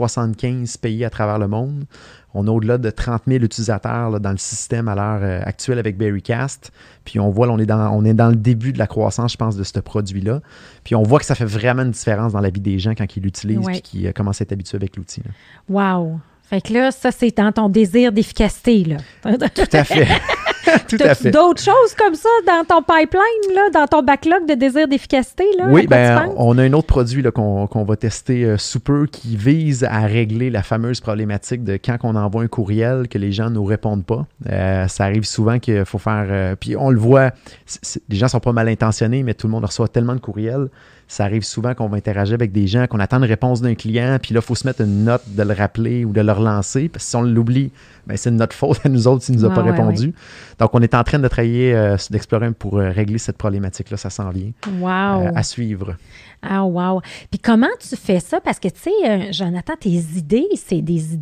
175 pays à travers le monde. On a au-delà de 30 000 utilisateurs là, dans le système à l'heure actuelle avec Berrycast. Puis on voit, là, on est dans le début de la croissance, je pense, de ce produit-là. Puis on voit que ça fait vraiment une différence dans la vie des gens quand ils l'utilisent et qu'ils commencent à être habitués avec l'outil. Là. Wow! Fait que là, ça, c'est dans ton désir d'efficacité, là. Tout à fait. Tout à fait. D'autres choses comme ça dans ton pipeline, là, dans ton backlog de désir d'efficacité? Là, oui, on a un autre produit là, qu'on va tester sous peu qui vise à régler la fameuse problématique de quand on envoie un courriel que les gens ne nous répondent pas. Ça arrive souvent qu'il faut faire... puis on le voit, les gens sont pas mal intentionnés, mais tout le monde reçoit tellement de courriels. Ça arrive souvent qu'on va interagir avec des gens, qu'on attend une réponse d'un client, puis là, il faut se mettre une note de le rappeler ou de le relancer. Parce que si on l'oublie, c'est de notre faute à nous autres s'il ne nous a pas répondu. Ouais. Donc, on est en train de travailler, d'explorer pour régler cette problématique-là. Ça s'en vient. Wow. À suivre. Ah, wow. Puis comment tu fais ça? Parce que, tu sais, Jonathan, tes idées, c'est des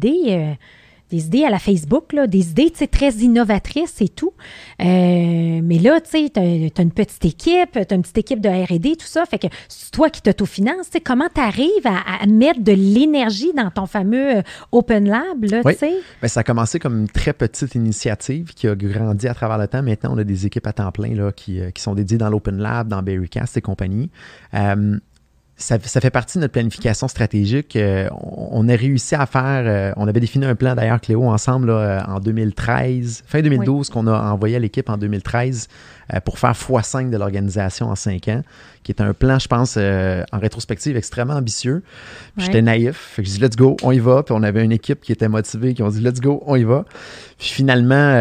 idées à la Facebook, là, des idées très innovatrices et tout. Mais là, tu sais, t'as une petite équipe, t'as une petite équipe de R&D, tout ça. Fait que c'est toi qui t'autofinances. Comment t'arrives à mettre de l'énergie dans ton fameux Open Lab, là, oui. Tu sais? Bien, ça a commencé comme une très petite initiative qui a grandi à travers le temps. Maintenant, on a des équipes à temps plein là, qui sont dédiées dans l'Open Lab, dans Berrycast et compagnie. ça fait partie de notre planification stratégique. On a réussi à faire, on avait défini un plan d'ailleurs, Cléo, ensemble là, en 2013, fin 2012, qu'on a envoyé à l'équipe en 2013 pour faire x5 de l'organisation en 5 ans, qui est un plan, je pense, en rétrospective, extrêmement ambitieux. Puis j'étais naïf, fait que je dis let's go, on y va. Puis on avait une équipe qui était motivée, qui ont dit let's go, on y va. Puis finalement,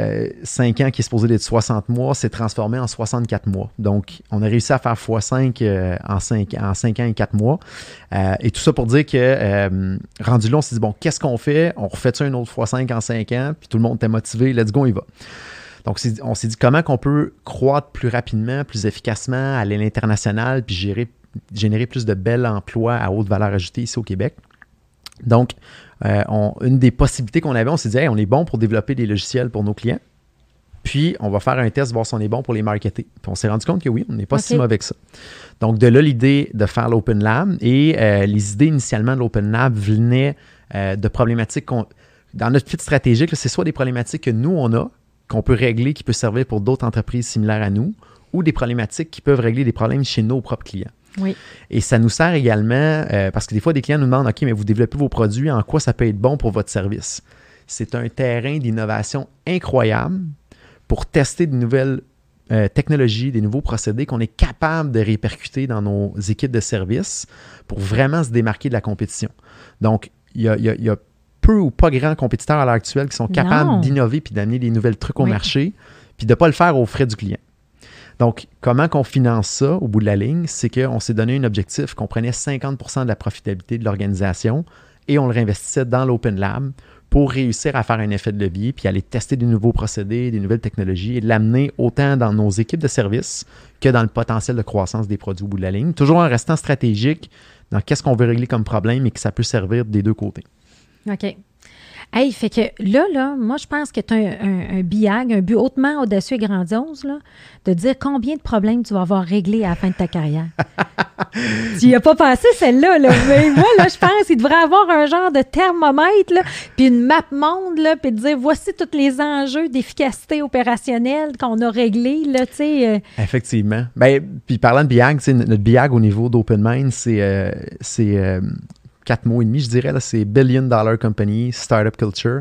5 ans qui est supposé d'être 60 mois, s'est transformé en 64 mois. Donc, on a réussi à faire x5 en 5 ans et 4 mois. Et tout ça pour dire que, rendu là, on s'est dit, bon, qu'est-ce qu'on fait? On refait ça une autre x5 en 5 ans, puis tout le monde était motivé, let's go, on y va. Donc, on s'est dit comment qu'on peut croître plus rapidement, plus efficacement, aller à l'international, puis générer plus de bels emplois à haute valeur ajoutée ici au Québec. Donc, une des possibilités qu'on avait, on s'est dit, hey, on est bon pour développer des logiciels pour nos clients. Puis, on va faire un test, voir si on est bon pour les marketer. Puis, on s'est rendu compte que oui, on n'est pas si mauvais que ça. Donc, de là, l'idée de faire l'Open Lab. Et les idées initialement de l'Open Lab venaient de problématiques dans notre fit stratégique, là, c'est soit des problématiques que nous, on a, qu'on peut régler, qui peut servir pour d'autres entreprises similaires à nous, ou des problématiques qui peuvent régler des problèmes chez nos propres clients. Oui. Et ça nous sert également, parce que des fois, des clients nous demandent, OK, mais vous développez vos produits, en quoi ça peut être bon pour votre service? C'est un terrain d'innovation incroyable pour tester de nouvelles technologies, des nouveaux procédés qu'on est capable de répercuter dans nos équipes de service pour vraiment se démarquer de la compétition. Donc, il y a peu ou pas grands compétiteurs à l'heure actuelle qui sont capables d'innover puis d'amener des nouvelles trucs au marché puis de ne pas le faire aux frais du client. Donc, comment qu'on finance ça au bout de la ligne? C'est qu'on s'est donné un objectif qu'on prenait 50% de la profitabilité de l'organisation et on le réinvestissait dans l'Open Lab pour réussir à faire un effet de levier puis aller tester des nouveaux procédés, des nouvelles technologies et de l'amener autant dans nos équipes de service que dans le potentiel de croissance des produits au bout de la ligne, toujours en restant stratégique dans qu'est-ce qu'on veut régler comme problème et que ça peut servir des deux côtés. OK. Hey, fait que là, moi, je pense que tu as un BIAG, un but hautement audacieux et grandiose, là, de dire combien de problèmes tu vas avoir réglés à la fin de ta carrière. Tu n'y as pas pensé, celle-là, là. Mais moi, là, je pense qu'il devrait avoir un genre de thermomètre, là, puis une map monde, là, puis de dire voici tous les enjeux d'efficacité opérationnelle qu'on a réglés, là, tu sais. Effectivement. Bien, puis parlant de BIAG, notre BIAG au niveau d'OpenMind, c'est 4 mots et demi, je dirais, là, c'est Billion Dollar Company, Startup Culture.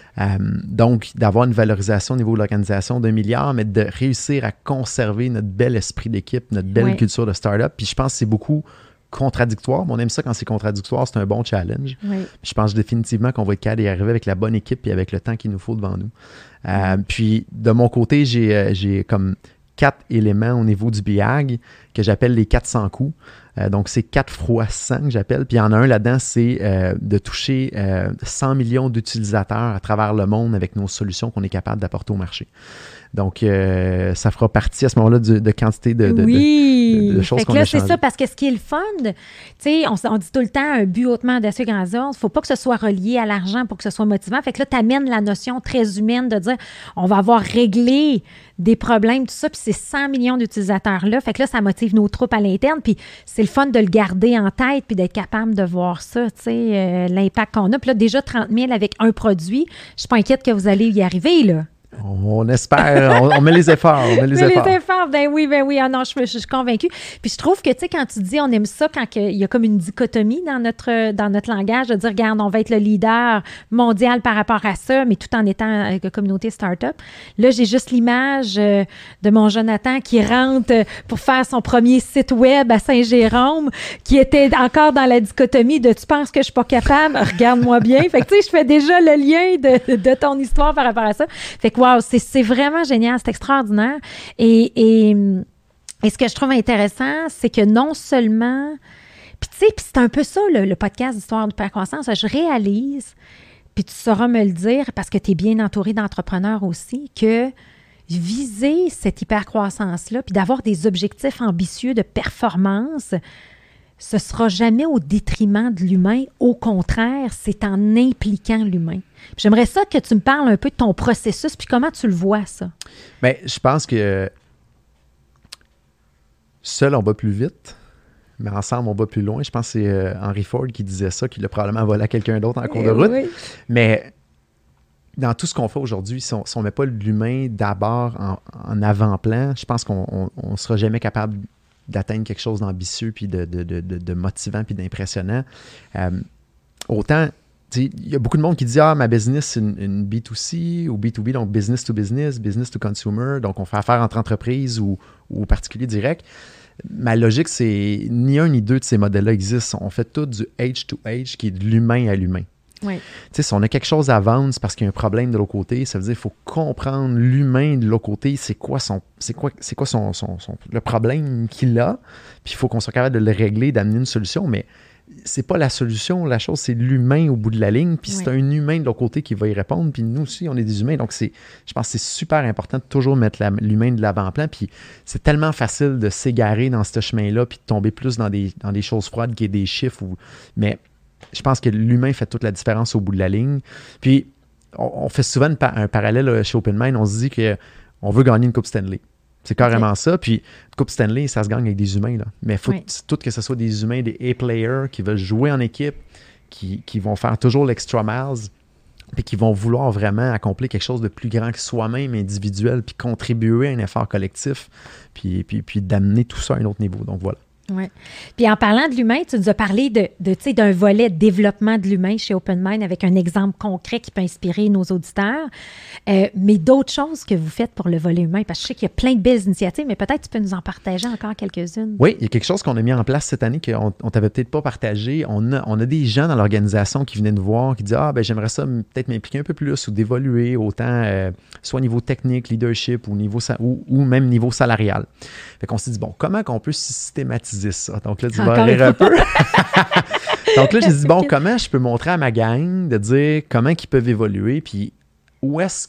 Donc, d'avoir une valorisation au niveau de l'organisation d'1 milliard, mais de réussir à conserver notre bel esprit d'équipe, notre belle culture de startup. Puis je pense que c'est beaucoup contradictoire. Mais on aime ça quand c'est contradictoire, c'est un bon challenge. Oui. Je pense définitivement qu'on va être capable d'y arriver avec la bonne équipe et avec le temps qu'il nous faut devant nous. Puis, de mon côté, j'ai comme 4 éléments au niveau du BIAG que j'appelle les 400 coups. Donc, c'est 4 fois 100 que j'appelle. Puis, il y en a un là-dedans, c'est de toucher 100 millions d'utilisateurs à travers le monde avec nos solutions qu'on est capable d'apporter au marché. Donc, ça fera partie à ce moment-là de quantité de choses qu'on a changées. C'est ça, parce que ce qui est le fun, tu sais, on dit tout le temps un but hautement audacieux grandiose. Il ne faut pas que ce soit relié à l'argent pour que ce soit motivant. Fait que là, tu amènes la notion très humaine de dire on va avoir réglé des problèmes, tout ça, puis c'est 100 millions d'utilisateurs-là. Fait que là, ça motive nos troupes à l'interne. Puis c'est le fun de le garder en tête puis d'être capable de voir ça, tu sais, l'impact qu'on a. Puis là, déjà 30 000 avec un produit, je ne suis pas inquiète que vous allez y arriver, là. On espère, on met les efforts. Les efforts, ben oui. Ah non, je suis convaincue. Puis je trouve que, tu sais, quand tu dis on aime ça, quand il y a comme une dichotomie dans notre langage, de dire, regarde, on va être le leader mondial par rapport à ça, mais tout en étant avec la communauté start-up. Là, j'ai juste l'image de mon Jonathan qui rentre pour faire son premier site web à Saint-Jérôme, qui était encore dans la dichotomie de tu penses que je suis pas capable, regarde-moi bien. Fait que, tu sais, je fais déjà le lien de ton histoire par rapport à ça. Fait que, wow, c'est vraiment génial, c'est extraordinaire. Et ce que je trouve intéressant, c'est que non seulement... Puis tu sais, c'est un peu ça, le podcast d'Histoire d'hypercroissance. Je réalise, puis tu sauras me le dire, parce que tu es bien entouré d'entrepreneurs aussi, que viser cette hypercroissance-là, puis d'avoir des objectifs ambitieux de performance, ce ne sera jamais au détriment de l'humain. Au contraire, c'est en impliquant l'humain. Puis j'aimerais ça que tu me parles un peu de ton processus, puis comment tu le vois, ça? Bien, je pense que seul, on va plus vite, mais ensemble, on va plus loin. Je pense que c'est Henry Ford qui disait ça, qui l'a probablement volé à quelqu'un d'autre en cours de route. Oui. Mais dans tout ce qu'on fait aujourd'hui, si on ne met pas l'humain d'abord en avant-plan, je pense qu'on ne sera jamais capable d'atteindre quelque chose d'ambitieux, puis de motivant, puis d'impressionnant. Autant, il y a beaucoup de monde qui dit « Ah, ma business, c'est une B2C ou B2B, donc business to business, business to consumer, donc on fait affaire entre entreprises ou particuliers directs. » Ma logique, c'est ni un ni deux de ces modèles-là existent. On fait tout du age to age, qui est de l'humain à l'humain. Oui. Si on a quelque chose à vendre, c'est parce qu'il y a un problème de l'autre côté. Ça veut dire qu'il faut comprendre l'humain de l'autre côté, c'est quoi le problème qu'il a, puis il faut qu'on soit capable de le régler, d'amener une solution, mais c'est pas la solution, la chose, c'est l'humain au bout de la ligne, puis c'est un humain de l'autre côté qui va y répondre, puis nous aussi, on est des humains, donc je pense que c'est super important de toujours mettre l'humain de l'avant-plan, puis c'est tellement facile de s'égarer dans ce chemin-là, puis de tomber plus dans des choses froides qui est des chiffres, mais je pense que l'humain fait toute la différence au bout de la ligne. Puis, on fait souvent un parallèle chez OpenMind, on se dit qu'on veut gagner une Coupe Stanley. C'est carrément ça. Puis, une Coupe Stanley, ça se gagne avec des humains. Là. Mais il faut tout que ce soit des humains, des A-players qui veulent jouer en équipe, qui vont faire toujours l'extra miles, puis qui vont vouloir vraiment accomplir quelque chose de plus grand que soi-même, individuel, puis contribuer à un effort collectif, puis d'amener tout ça à un autre niveau. Donc, voilà. Oui. Puis en parlant de l'humain, tu nous as parlé d'un volet de développement de l'humain chez OpenMind avec un exemple concret qui peut inspirer nos auditeurs. Mais d'autres choses que vous faites pour le volet humain, parce que je sais qu'il y a plein de belles initiatives, mais peut-être tu peux nous en partager encore quelques-unes. Oui, il y a quelque chose qu'on a mis en place cette année qu'on ne t'avait peut-être pas partagé. On a des gens dans l'organisation qui venaient nous voir, qui disaient « Ah, ben j'aimerais ça peut-être m'impliquer un peu plus ou d'évoluer autant, soit au niveau technique, leadership ou même niveau salarial. » Fait qu'on s'est dit « Bon, comment qu'on peut systématiser ça? » Donc là, tu vas rire un peu. Donc là, j'ai dit « Bon, comment je peux montrer à ma gang de dire comment ils peuvent évoluer, puis où est-ce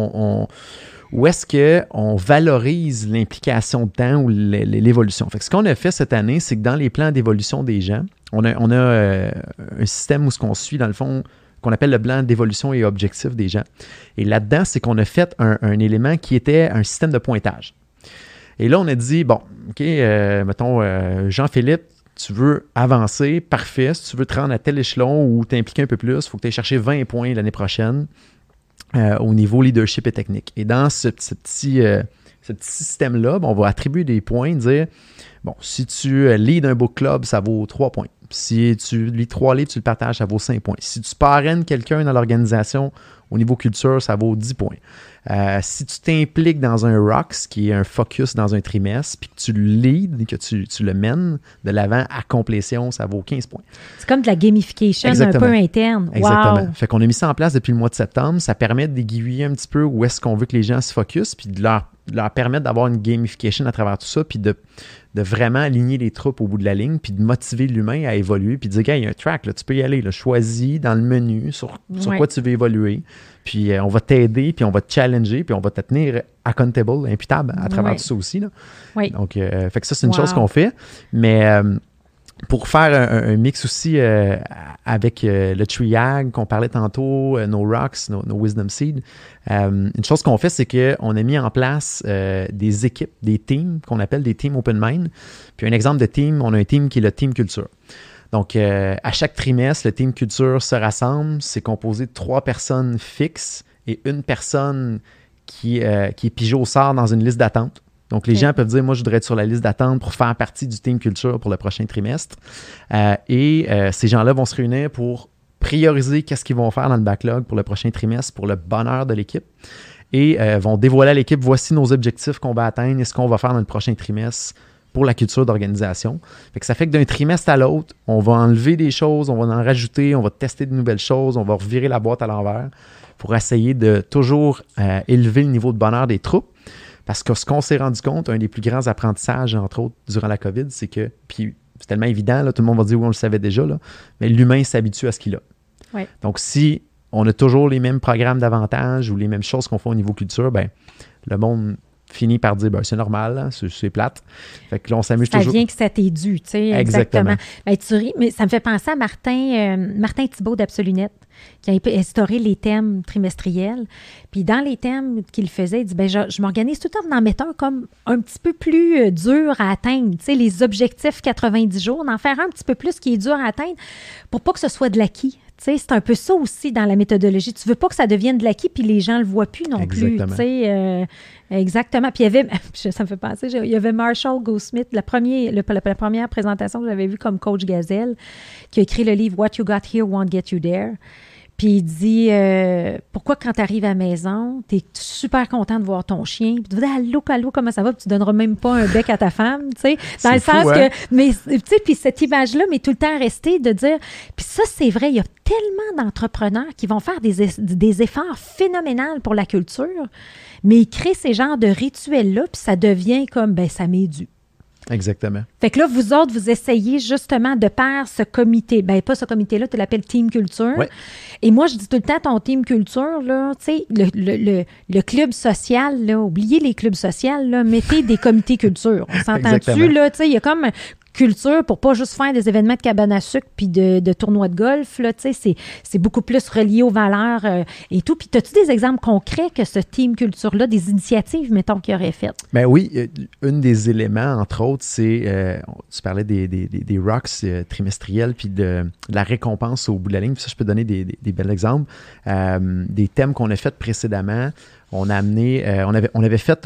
qu'on valorise l'implication de temps ou l'évolution? » Fait que ce qu'on a fait cette année, c'est que dans les plans d'évolution des gens, on a un système où ce qu'on suit, dans le fond, qu'on appelle le plan d'évolution et objectif des gens. Et là-dedans, c'est qu'on a fait un élément qui était un système de pointage. Et là, on a dit, bon, OK, mettons, Jean-Philippe, tu veux avancer, parfait. Si tu veux te rendre à tel échelon ou t'impliquer un peu plus, il faut que tu ailles chercher 20 points l'année prochaine au niveau leadership et technique. Et dans ce petit système-là, on va attribuer des points, dire, bon, si tu leads un book club, ça vaut 3 points. Si tu leads 3 livres, tu le partages, ça vaut 5 points. Si tu parraines quelqu'un dans l'organisation au niveau culture, ça vaut 10 points. Si tu t'impliques dans un ROX, qui est un focus dans un trimestre, puis que tu le leads, que tu le mènes de l'avant à complétion, ça vaut 15 points. C'est comme de la gamification un peu interne. Exactement. Wow. Fait qu'on a mis ça en place depuis le mois de septembre. Ça permet d'aiguiller un petit peu où est-ce qu'on veut que les gens se focus, puis de leur permettre d'avoir une gamification à travers tout ça, puis de vraiment aligner les troupes au bout de la ligne, puis de motiver l'humain à évoluer, puis de dire, il y a un track, là, tu peux y aller, là, choisis dans le menu sur quoi tu veux évoluer, puis on va t'aider, puis on va te challenger, puis on va te tenir accountable, imputable à travers tout ça aussi. Là. Oui. Donc, fait que ça, c'est une chose qu'on fait, mais pour faire un mix aussi avec le Triag qu'on parlait tantôt, nos Rocks, nos Wisdom Seed, une chose qu'on fait, c'est qu'on a mis en place des équipes, des teams qu'on appelle des teams OpenMind. Puis un exemple de team, on a un team qui est le team culture. Donc, à chaque trimestre, le team culture se rassemble. C'est composé de 3 personnes fixes et une personne qui est pigée au sort dans une liste d'attente. Donc, les gens peuvent dire, moi, je voudrais être sur la liste d'attente pour faire partie du team culture pour le prochain trimestre. Ces gens-là vont se réunir pour prioriser qu'est-ce qu'ils vont faire dans le backlog pour le prochain trimestre pour le bonheur de l'équipe et vont dévoiler à l'équipe, voici nos objectifs qu'on va atteindre et ce qu'on va faire dans le prochain trimestre pour la culture d'organisation. Fait que ça fait que d'un trimestre à l'autre, on va enlever des choses, on va en rajouter, on va tester de nouvelles choses, on va revirer la boîte à l'envers pour essayer de toujours élever le niveau de bonheur des troupes. Parce que ce qu'on s'est rendu compte, un des plus grands apprentissages, entre autres, durant la COVID, c'est que, puis c'est tellement évident, là, tout le monde va dire oui, on le savait déjà, là, mais l'humain s'habitue à ce qu'il a. Oui. Donc, si on a toujours les mêmes programmes d'avantage ou les mêmes choses qu'on fait au niveau culture, ben le monde finit par dire, c'est normal, hein, c'est plate. Fait que là, on s'amuse toujours. Ça vient que ça t'est dû, tu sais, exactement. Ben, tu ris, mais ça me fait penser à Martin Thibault d'Absolunet, qui a instauré les thèmes trimestriels. Puis dans les thèmes qu'il faisait, il dit, je m'organise tout le temps d'en mettre un comme un petit peu plus dur à atteindre. Tu sais, les objectifs 90 jours, d'en faire un petit peu plus qui est dur à atteindre pour pas que ce soit de l'acquis. Tu sais, c'est un peu ça aussi dans la méthodologie. Tu veux pas que ça devienne de l'acquis puis les gens le voient plus non Exactement. plus. Tu sais, exactement. Puis il y avait, ça me fait penser, il y avait Marshall Goldsmith, la première présentation que j'avais vue comme coach Gazelle, qui a écrit le livre What You Got Here Won't Get You There. Puis il dit, pourquoi quand tu arrives à la maison, tu es super content de voir ton chien, puis tu dis allô, comment ça va, puis tu donneras même pas un bec à ta femme, tu sais, dans le sens que, mais tu sais, puis cette image-là m'est tout le temps restée de dire, puis ça c'est vrai, il y a tellement d'entrepreneurs qui vont faire des efforts phénoménaux pour la culture, mais ils créent ces genres de rituels-là, puis ça devient comme, ben ça m'est dû. Exactement. Fait que là, vous autres, vous essayez justement de faire ce comité. Ben pas ce comité-là, tu l'appelles Team Culture. Ouais. Et moi, je dis tout le temps, ton Team Culture, là, tu sais, le club social, là, oubliez les clubs sociaux, là, mettez des comités culture. On s'entend-tu, là, tu sais, il y a comme culture pour pas juste faire des événements de cabane à sucre puis de tournois de golf, là, tu sais, c'est beaucoup plus relié aux valeurs et tout. Puis, as-tu des exemples concrets que ce Team Culture-là, des initiatives, mettons, qu'il aurait faites? Ben oui, un des éléments, entre autres, c'est, tu parlais des rocks trimestriels puis de la récompense au bout de la ligne. Puis ça, je peux donner des bels exemples. Des thèmes qu'on a fait précédemment, on a amené, on avait fait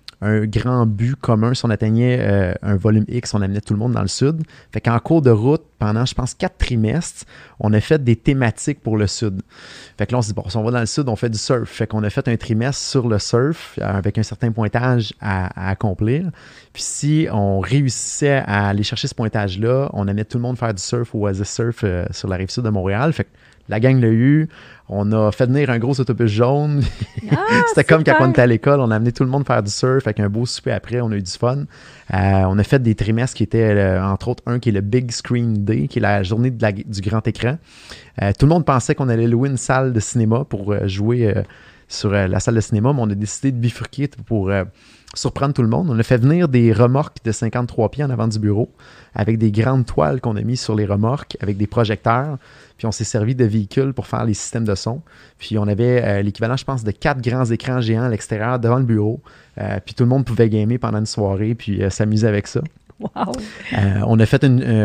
un grand but commun. Si on atteignait un volume X, on amenait tout le monde dans le sud. Fait qu'en cours de route, pendant, je pense, 4 trimestres, on a fait des thématiques pour le sud. Fait que là, on s'est dit, bon, si on va dans le sud, on fait du surf. Fait qu'on a fait un trimestre sur le surf avec un certain pointage à accomplir. Puis si on réussissait à aller chercher ce pointage-là, on amenait tout le monde faire du surf au Oasis Surf sur la rive sud de Montréal. Fait que la gang l'a eu. On a fait venir un gros autobus jaune. C'était comme quand on était à l'école. On a amené tout le monde faire du surf avec un beau souper après. On a eu du fun. On a fait des trimestres qui étaient, entre autres, un qui est le Big Screen Day, qui est la journée du grand écran. Tout le monde pensait qu'on allait louer une salle de cinéma pour jouer sur la salle de cinéma, mais on a décidé de bifurquer pour surprendre tout le monde. On a fait venir des remorques de 53 pieds en avant du bureau avec des grandes toiles qu'on a mises sur les remorques avec des projecteurs. Puis on s'est servi de véhicules pour faire les systèmes de son. Puis on avait l'équivalent, je pense, de 4 grands écrans géants à l'extérieur devant le bureau. Puis tout le monde pouvait gamer pendant une soirée puis s'amuser avec ça. Wow. On a fait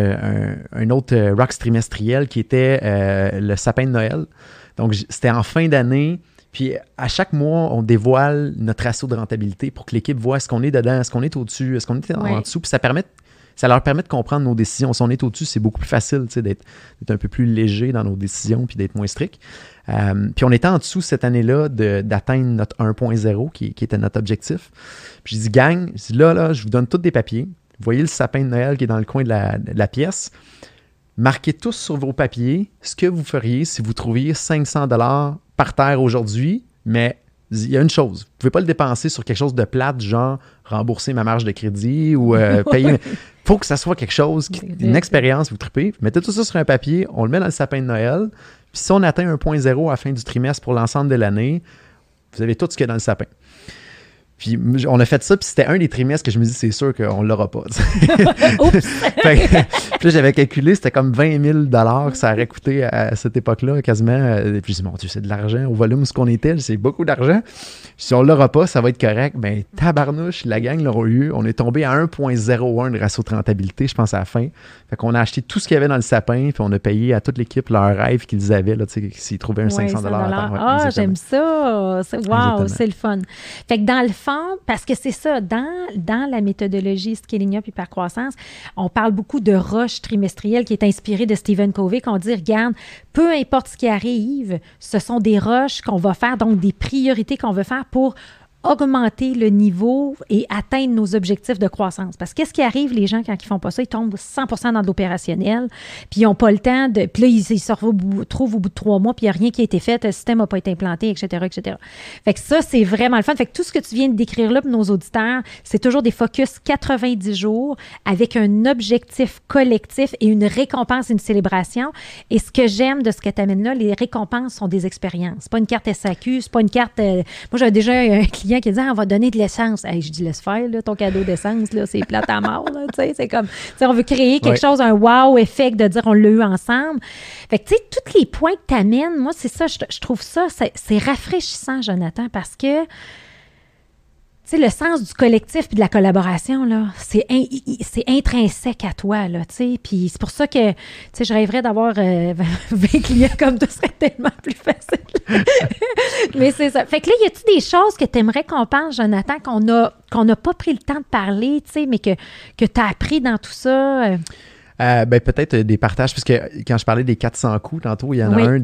un autre Rocks trimestriel qui était le sapin de Noël. Donc c'était en fin d'année. Puis à chaque mois, on dévoile notre ratio de rentabilité pour que l'équipe voit est-ce qu'on est dedans, est-ce qu'on est au-dessus, est-ce qu'on est en dessous. Puis ça leur permet de comprendre nos décisions. Si on est au-dessus, c'est beaucoup plus facile d'être un peu plus léger dans nos décisions puis d'être moins strict. Puis on était en dessous cette année-là d'atteindre notre 1.0 qui était notre objectif. Puis je dis, gang, là, je vous donne tous des papiers. Vous voyez le sapin de Noël qui est dans le coin de la pièce. Marquez tous sur vos papiers ce que vous feriez si vous trouviez 500 $ par terre aujourd'hui, mais il y a une chose, vous ne pouvez pas le dépenser sur quelque chose de plate, genre rembourser ma marge de crédit ou payer. Il faut que ça soit quelque chose, une expérience, vous tripez. Mettez tout ça sur un papier, on le met dans le sapin de Noël, puis si on atteint 1.0 à la fin du trimestre pour l'ensemble de l'année, vous avez tout ce qu'il y a dans le sapin. Puis on a fait ça, puis c'était un des trimestres que je me dis, c'est sûr qu'on ne l'aura pas. Oups! Puis là, j'avais calculé, c'était comme 20 000 $ que ça aurait coûté à cette époque-là, quasiment. Et puis je dis, mon Dieu, c'est de l'argent. Au volume où ce qu'on était, c'est beaucoup d'argent. Si on ne l'aura pas, ça va être correct. Ben tabarnouche, la gang l'aura eu. On est tombé à 1.01 de ratio de rentabilité, je pense, à la fin. Fait qu'on a acheté tout ce qu'il y avait dans le sapin, puis on a payé à toute l'équipe leur rêve qu'ils avaient, là, s'ils trouvaient un 500 $ à terre. Ah, j'aime ça. Wow, c'est le fun. Fait que dans le fond, parce que c'est ça, dans la méthodologie Scaling Up Hypercroissance, on parle beaucoup de roche trimestrielle qui est inspirée de Stephen Covey, qu'on dit, regarde, peu importe ce qui arrive, ce sont des roches qu'on va faire, donc des priorités qu'on veut faire pour augmenter le niveau et atteindre nos objectifs de croissance. Parce que qu'est-ce qui arrive, les gens, quand ils font pas ça, ils tombent 100% dans de l'opérationnel, puis ils n'ont pas le temps de... Puis là, ils se retrouvent au bout de 3 mois, puis il n'y a rien qui a été fait, le système n'a pas été implanté, etc., etc. Fait que ça, c'est vraiment le fun. Fait que tout ce que tu viens de décrire là pour nos auditeurs, c'est toujours des focus 90 jours avec un objectif collectif et une récompense, une célébration. Et ce que j'aime de ce que tu amènes là, les récompenses sont des expériences. C'est pas une carte SAQ, c'est pas une carte... Moi, j'avais déjà un client qui dit on va donner de l'essence. Hey, je dis laisse faire, là, ton cadeau d'essence, là, c'est plate à mort. Là, c'est comme, on veut créer quelque chose, un wow effect de dire on l'a eu ensemble. Fait que, tu sais, tous les points que tu amènes, moi, c'est ça, je trouve ça, c'est rafraîchissant, Jonathan, parce que, tu sais, le sens du collectif puis de la collaboration, là, c'est intrinsèque à toi, là, tu sais. Puis c'est pour ça que, tu sais, je rêverais d'avoir 20 clients comme toi, ce serait tellement plus facile. Mais c'est ça. Fait que là, y a-tu des choses que tu aimerais qu'on parle, Jonathan, qu'on n'a pas pris le temps de parler, tu sais, mais que tu as appris dans tout ça? Peut-être des partages, puisque quand je parlais des 400 coups tantôt, il y en a un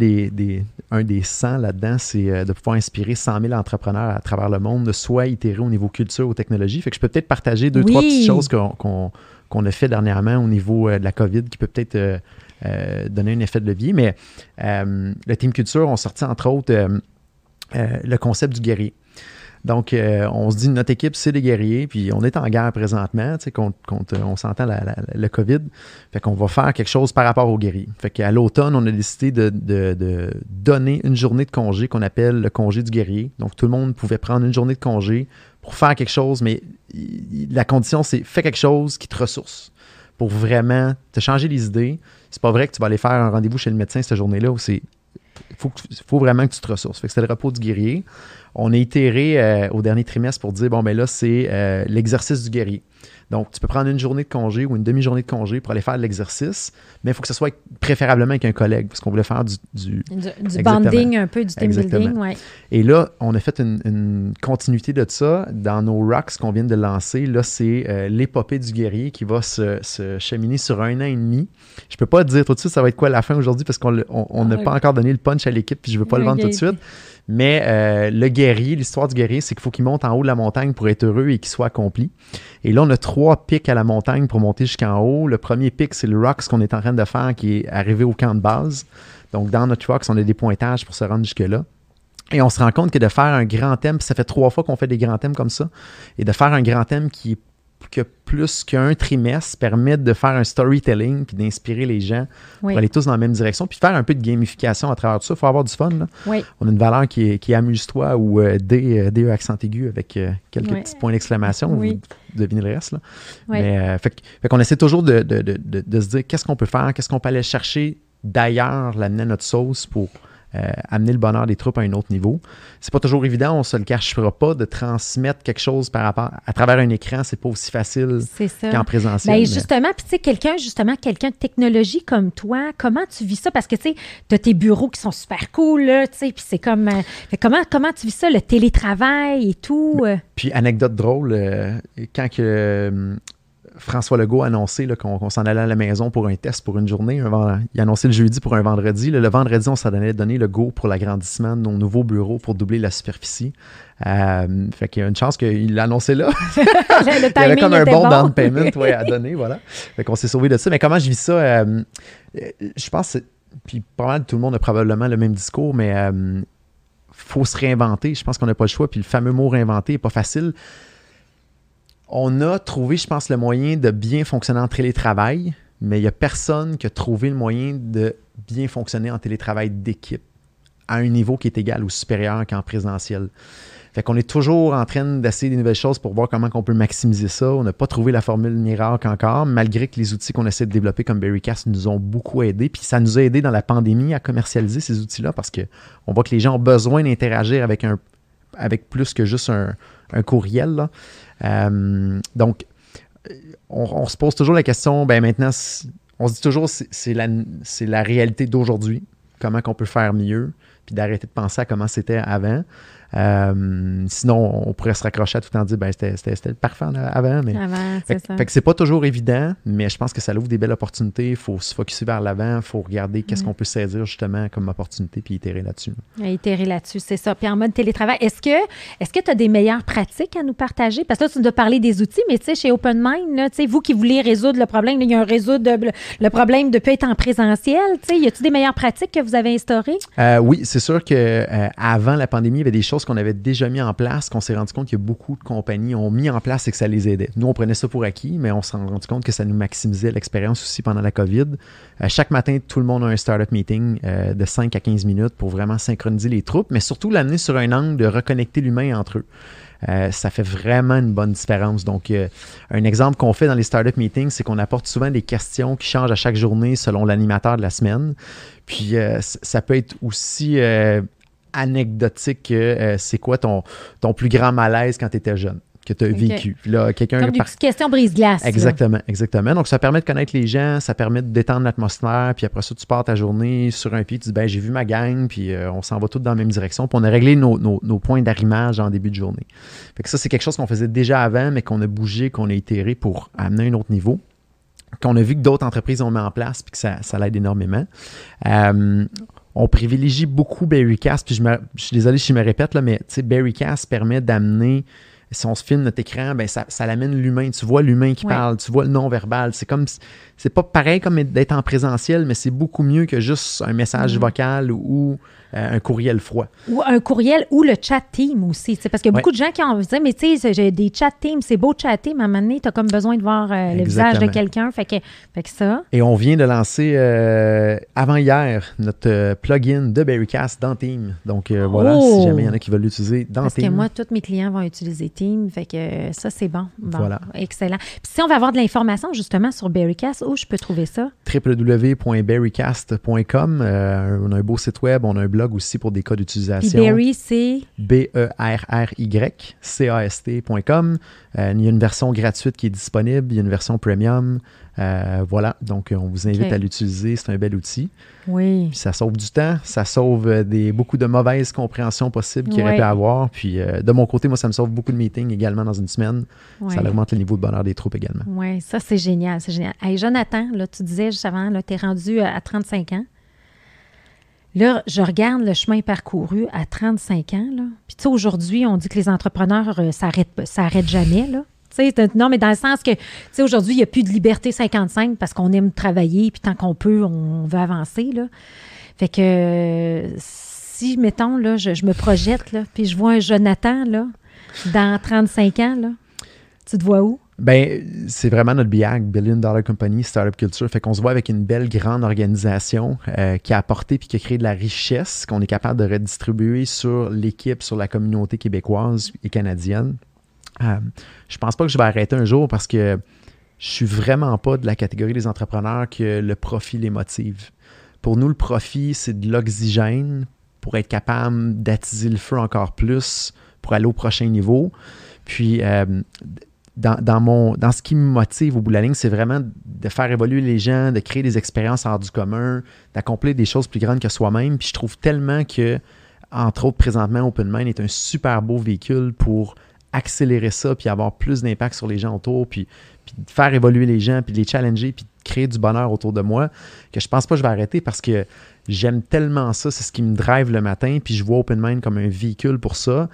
des 100 là-dedans, c'est de pouvoir inspirer 100 000 entrepreneurs à travers le monde, soit itérer au niveau culture ou technologie. Fait que je peux peut-être partager 2-3 petites choses qu'on a fait dernièrement au niveau de la COVID qui peut peut-être donner un effet de levier. Mais le Team Culture, on sortit entre autres le concept du guerrier. Donc, on se dit, notre équipe, c'est des guerriers, puis on est en guerre présentement, tu sais, on s'entend le COVID. Fait qu'on va faire quelque chose par rapport aux guerriers. Fait qu'à l'automne, on a décidé de donner une journée de congé qu'on appelle le congé du guerrier. Donc, tout le monde pouvait prendre une journée de congé pour faire quelque chose, mais la condition, c'est fais quelque chose qui te ressource pour vraiment te changer les idées. C'est pas vrai que tu vas aller faire un rendez-vous chez le médecin cette journée-là où c'est... Il faut vraiment que tu te ressources. Fait que c'est le repos du guerrier. On a itéré au dernier trimestre pour dire, bon, ben là, c'est l'exercice du guerrier. Donc, tu peux prendre une journée de congé ou une demi-journée de congé pour aller faire de l'exercice, mais il faut que ce soit préférablement avec un collègue, parce qu'on voulait faire du bonding un peu, du team building. Ouais. Et là, on a fait une continuité de ça dans nos rocks qu'on vient de lancer. Là, c'est l'épopée du guerrier qui va se cheminer sur 1 an et demi. Je ne peux pas te dire tout de suite ça va être quoi la fin aujourd'hui parce qu'on n'a pas encore donné le punch à l'équipe puis je ne veux pas le vendre tout de suite. Mais le guerrier, l'histoire du guerrier, c'est qu'il faut qu'il monte en haut de la montagne pour être heureux et qu'il soit accompli. Et là, on a 3 pics à la montagne pour monter jusqu'en haut. Le premier pic, c'est le Rocks qu'on est en train de faire qui est arrivé au camp de base. Donc, dans notre Rocks, on a des pointages pour se rendre jusque-là. Et on se rend compte que de faire un grand thème, puis ça fait 3 fois qu'on fait des grands thèmes comme ça, et de faire un grand thème qui a plus qu'un trimestre permet de faire un storytelling puis d'inspirer les gens pour aller tous dans la même direction puis faire un peu de gamification à travers tout ça. Il faut avoir du fun. Là. Oui. On a une valeur qui est amuse-toi ou DE accent aigu avec quelques petits points d'exclamation. Oui. Vous devinez le reste. Là. Oui. Mais fait qu'on essaie toujours de se dire qu'est-ce qu'on peut faire, qu'est-ce qu'on peut aller chercher d'ailleurs, l'amener à notre sauce pour amener le bonheur des troupes à un autre niveau. C'est pas toujours évident, on se le cachera pas, de transmettre quelque chose par rapport à travers un écran, c'est pas aussi facile qu'en présentiel. Bien, justement, puis tu sais, quelqu'un de technologie comme toi, comment tu vis ça? Parce que tu sais, tu as tes bureaux qui sont super cool, là, tu sais, puis c'est comme... comment tu vis ça, le télétravail et tout? Puis, anecdote drôle, quand que... François Legault a annoncé là, qu'on s'en allait à la maison pour un test pour une journée. Il a annoncé le jeudi pour un vendredi. Le vendredi, on s'en allait donner le go pour l'agrandissement de nos nouveaux bureaux pour doubler la superficie. Fait qu'il y a une chance qu'il l'a annoncé là. Il y avait comme un bon down payment à donner. Voilà. Fait qu'on s'est sauvé de ça. Mais comment je vis ça? Je pense, puis pas mal tout le monde a probablement le même discours, mais faut se réinventer. Je pense qu'on n'a pas le choix. Puis le fameux mot réinventer n'est pas facile. On a trouvé, je pense, le moyen de bien fonctionner en télétravail, mais il n'y a personne qui a trouvé le moyen de bien fonctionner en télétravail d'équipe à un niveau qui est égal ou supérieur qu'en présentiel. Fait qu'on est toujours en train d'essayer des nouvelles choses pour voir comment on peut maximiser ça. On n'a pas trouvé la formule miracle encore, malgré que les outils qu'on essaie de développer comme Berrycast nous ont beaucoup aidés. Puis ça nous a aidé dans la pandémie à commercialiser ces outils-là parce qu'on voit que les gens ont besoin d'interagir avec plus que juste un courriel, là. Donc, on se pose toujours la question, ben maintenant, on se dit toujours c'est la réalité d'aujourd'hui, comment qu'on peut faire mieux, puis d'arrêter de penser à comment c'était avant. Sinon, on pourrait se raccrocher à tout le temps dire c'était parfait avant. Mais... c'est ça. Fait que c'est pas toujours évident, mais je pense que ça ouvre des belles opportunités. Il faut se focusser vers l'avant, il faut regarder qu'est-ce qu'on peut saisir justement comme opportunité puis itérer là-dessus. Itérer là-dessus, c'est ça. Puis en mode télétravail, est-ce que tu as des meilleures pratiques à nous partager? Parce que là, tu nous as parlé des outils, mais tu sais, chez OpenMind, là, vous qui voulez résoudre le problème, là, il y a le problème de ne pas être en présentiel. Y a-t-il des meilleures pratiques que vous avez instaurées? Oui, c'est sûr qu'avant la pandémie, il y avait des choses qu'on avait déjà mis en place, qu'on s'est rendu compte que beaucoup de compagnies ont mis en place et que ça les aidait. Nous, on prenait ça pour acquis, mais on s'est rendu compte que ça nous maximisait l'expérience aussi pendant la COVID. Chaque matin, tout le monde a un startup meeting de 5 à 15 minutes pour vraiment synchroniser les troupes, mais surtout l'amener sur un angle de reconnecter l'humain entre eux. Ça fait vraiment une bonne différence. Donc, un exemple qu'on fait dans les startup meetings, c'est qu'on apporte souvent des questions qui changent à chaque journée selon l'animateur de la semaine. Puis, ça peut être aussi anecdotique que c'est quoi ton plus grand malaise quand tu étais jeune. que tu as vécu. Puis là, quelqu'un comme des petites questions brise-glace. Exactement, exactement. Donc, ça permet de connaître les gens, ça permet de détendre l'atmosphère, puis après ça, tu pars ta journée sur un pied, tu dis, ben j'ai vu ma gang, puis on s'en va tous dans la même direction, puis on a réglé nos points d'arrimage en début de journée. Fait que ça, c'est quelque chose qu'on faisait déjà avant, mais qu'on a bougé, qu'on a itéré pour amener un autre niveau, qu'on a vu que d'autres entreprises ont mis en place, puis que ça l'aide énormément. On privilégie beaucoup Berrycast, puis je suis désolé si je me répète, là, mais Berrycast permet d'amener, si on se filme notre écran, ben ça l'amène l'humain. Tu vois l'humain qui parle, tu vois le non-verbal. C'est pas pareil comme d'être en présentiel, mais c'est beaucoup mieux que juste un message vocal ou un courriel froid. Ou un courriel ou le chat team aussi. Parce qu'il y a beaucoup de gens qui ont dit, mais tu sais, j'ai des chat teams, c'est beau chatter, mais à un moment donné, tu as comme besoin de voir le visage de quelqu'un. Fait que ça. Et on vient de lancer avant-hier notre plugin de Berrycast dans Team. Donc voilà, si jamais il y en a qui veulent l'utiliser dans Team. Parce que moi, tous mes clients vont utiliser Team. Fait que ça, c'est bon. Voilà. Excellent. Puis si on veut avoir de l'information justement sur Berrycast, où je peux trouver ça? www.berrycast.com. On a un beau site web, on a un blog aussi pour des cas d'utilisation. Puis Berry, c'est? BERRYCast.com. Il y a une version gratuite qui est disponible, il y a une version premium. Voilà, donc on vous invite à l'utiliser, c'est un bel outil. Oui. Puis ça sauve du temps, ça sauve beaucoup de mauvaises compréhensions possibles qu'il y aurait pu avoir. Puis de mon côté, moi, ça me sauve beaucoup de meetings également dans une semaine. Oui. Ça augmente le niveau de bonheur des troupes également. Oui, ça c'est génial, c'est génial. Hey, Jonathan, là, tu disais juste avant, tu es rendu à 35 ans. Là, je regarde le chemin parcouru à 35 ans. Là. Puis tu sais, aujourd'hui, on dit que les entrepreneurs s'arrêtent jamais, là. Non, mais dans le sens que, tu sais, aujourd'hui, il n'y a plus de liberté 55 parce qu'on aime travailler, puis tant qu'on peut, on veut avancer, là. Fait que si, mettons, là, je me projette, là, puis je vois un Jonathan, là, dans 35 ans, là, tu te vois où? Bien, c'est vraiment notre BIAG, Billion Dollar Company, Startup Culture. Fait qu'on se voit avec une belle grande organisation qui a apporté puis qui a créé de la richesse qu'on est capable de redistribuer sur l'équipe, sur la communauté québécoise et canadienne. Je pense pas que je vais arrêter un jour parce que je suis vraiment pas de la catégorie des entrepreneurs que le profit les motive. Pour nous, le profit, c'est de l'oxygène pour être capable d'attiser le feu encore plus pour aller au prochain niveau. Puis, dans ce qui me motive au bout de la ligne, c'est vraiment de faire évoluer les gens, de créer des expériences hors du commun, d'accomplir des choses plus grandes que soi-même. Puis je trouve tellement que, entre autres, présentement, OpenMind est un super beau véhicule pour accélérer ça, puis avoir plus d'impact sur les gens autour, puis faire évoluer les gens, puis les challenger, puis créer du bonheur autour de moi, que je pense pas que je vais arrêter parce que j'aime tellement ça, c'est ce qui me drive le matin, puis je vois OpenMind comme un véhicule pour ça.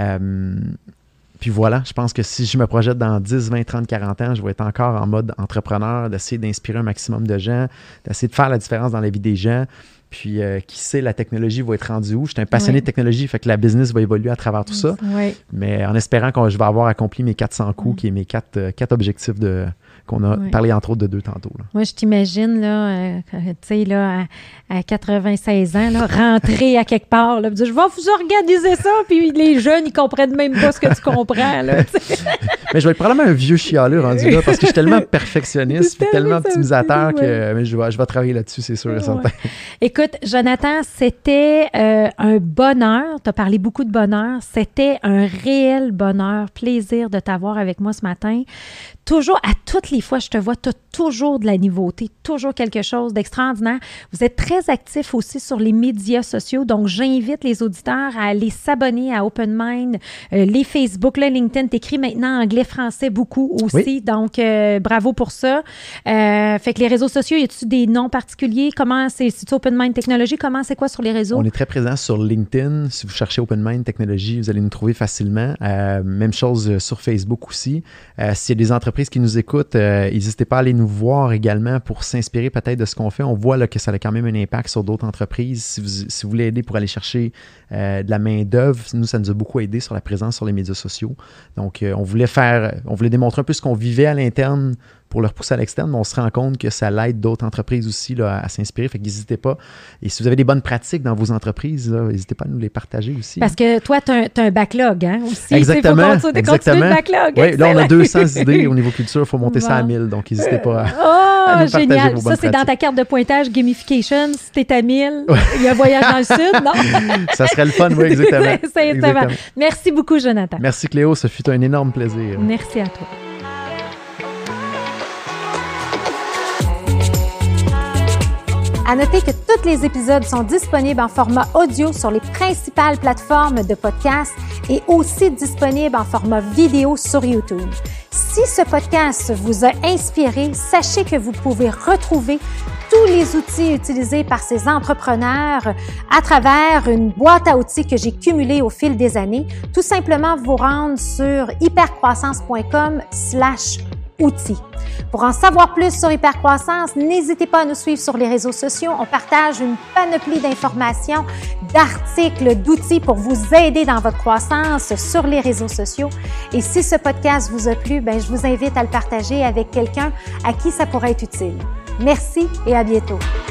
Puis voilà, je pense que si je me projette dans 10, 20, 30, 40 ans, je vais être encore en mode entrepreneur, d'essayer d'inspirer un maximum de gens, d'essayer de faire la différence dans la vie des gens. Puis, qui sait, la technologie va être rendue où? Je suis un passionné de technologie, fait que la business va évoluer à travers tout ça. Oui. Mais en espérant que je vais avoir accompli mes 400 coups, qui est mes quatre objectifs qu'on a parlé entre autres de 2 tantôt. Là. Moi, je t'imagine, là, tu sais, là, à 96 ans, là, rentrer à quelque part, là, dire, je vais vous organiser ça, puis les jeunes, ils comprennent même pas ce que tu comprends, là. Mais je vais être probablement un vieux chialeux rendu là, parce que je suis tellement perfectionniste, puis tellement optimisateur que mais je vais travailler là-dessus, c'est sûr et certain. Écoute, Jonathan, c'était un bonheur. Tu as parlé beaucoup de bonheur. C'était un réel bonheur, plaisir de t'avoir avec moi ce matin. Toujours, à toutes les fois, je te vois, tu as toujours de la nouveauté, toujours quelque chose d'extraordinaire. Vous êtes très actifs aussi sur les médias sociaux, donc j'invite les auditeurs à aller s'abonner à OpenMind, les Facebook, le LinkedIn. T'écris maintenant anglais-français beaucoup aussi, donc bravo pour ça. Fait que les réseaux sociaux, y a-tu des noms particuliers? Comment c'est-tu OpenMind Technologies? Comment c'est quoi sur les réseaux? On est très présent sur LinkedIn. Si vous cherchez OpenMind Technologies, vous allez nous trouver facilement. Même chose sur Facebook aussi. S'il y a des entreprises qui nous écoutent, n'hésitez pas à aller nous voir également pour s'inspirer peut-être de ce qu'on fait. On voit là, que ça a quand même un impact sur d'autres entreprises. Si vous voulez aider pour aller chercher de la main-d'œuvre, nous, ça nous a beaucoup aidé sur la présence sur les médias sociaux. Donc, on voulait démontrer un peu ce qu'on vivait à l'interne pour le repousser à l'externe, mais on se rend compte que ça l'aide d'autres entreprises aussi là, à s'inspirer. Fait qu'hésitez pas. Et si vous avez des bonnes pratiques dans vos entreprises, n'hésitez pas à nous les partager aussi. Parce que toi, tu as un backlog, hein, aussi. Exactement. Il faut continuer le backlog. Oui, là, on a 200 idées au niveau culture. Il faut monter ça à 1000. Donc, n'hésitez pas à nous partager génial. vos bonnes Ça, c'est pratiques. dans ta carte de pointage gamification. Si t'es à 1000, il y a un voyage dans le sud, non? Ça serait le fun, oui, exactement. Exactement. Merci beaucoup, Jonathan. Merci, Cléo. Ce fut un énorme plaisir. Merci à toi. À noter que tous les épisodes sont disponibles en format audio sur les principales plateformes de podcast et aussi disponibles en format vidéo sur YouTube. Si ce podcast vous a inspiré, sachez que vous pouvez retrouver tous les outils utilisés par ces entrepreneurs à travers une boîte à outils que j'ai cumulée au fil des années. Tout simplement vous rendre sur hypercroissance.com/outils. Pour en savoir plus sur Hypercroissance, n'hésitez pas à nous suivre sur les réseaux sociaux. On partage une panoplie d'informations, d'articles, d'outils pour vous aider dans votre croissance sur les réseaux sociaux. Et si ce podcast vous a plu, je vous invite à le partager avec quelqu'un à qui ça pourrait être utile. Merci et à bientôt.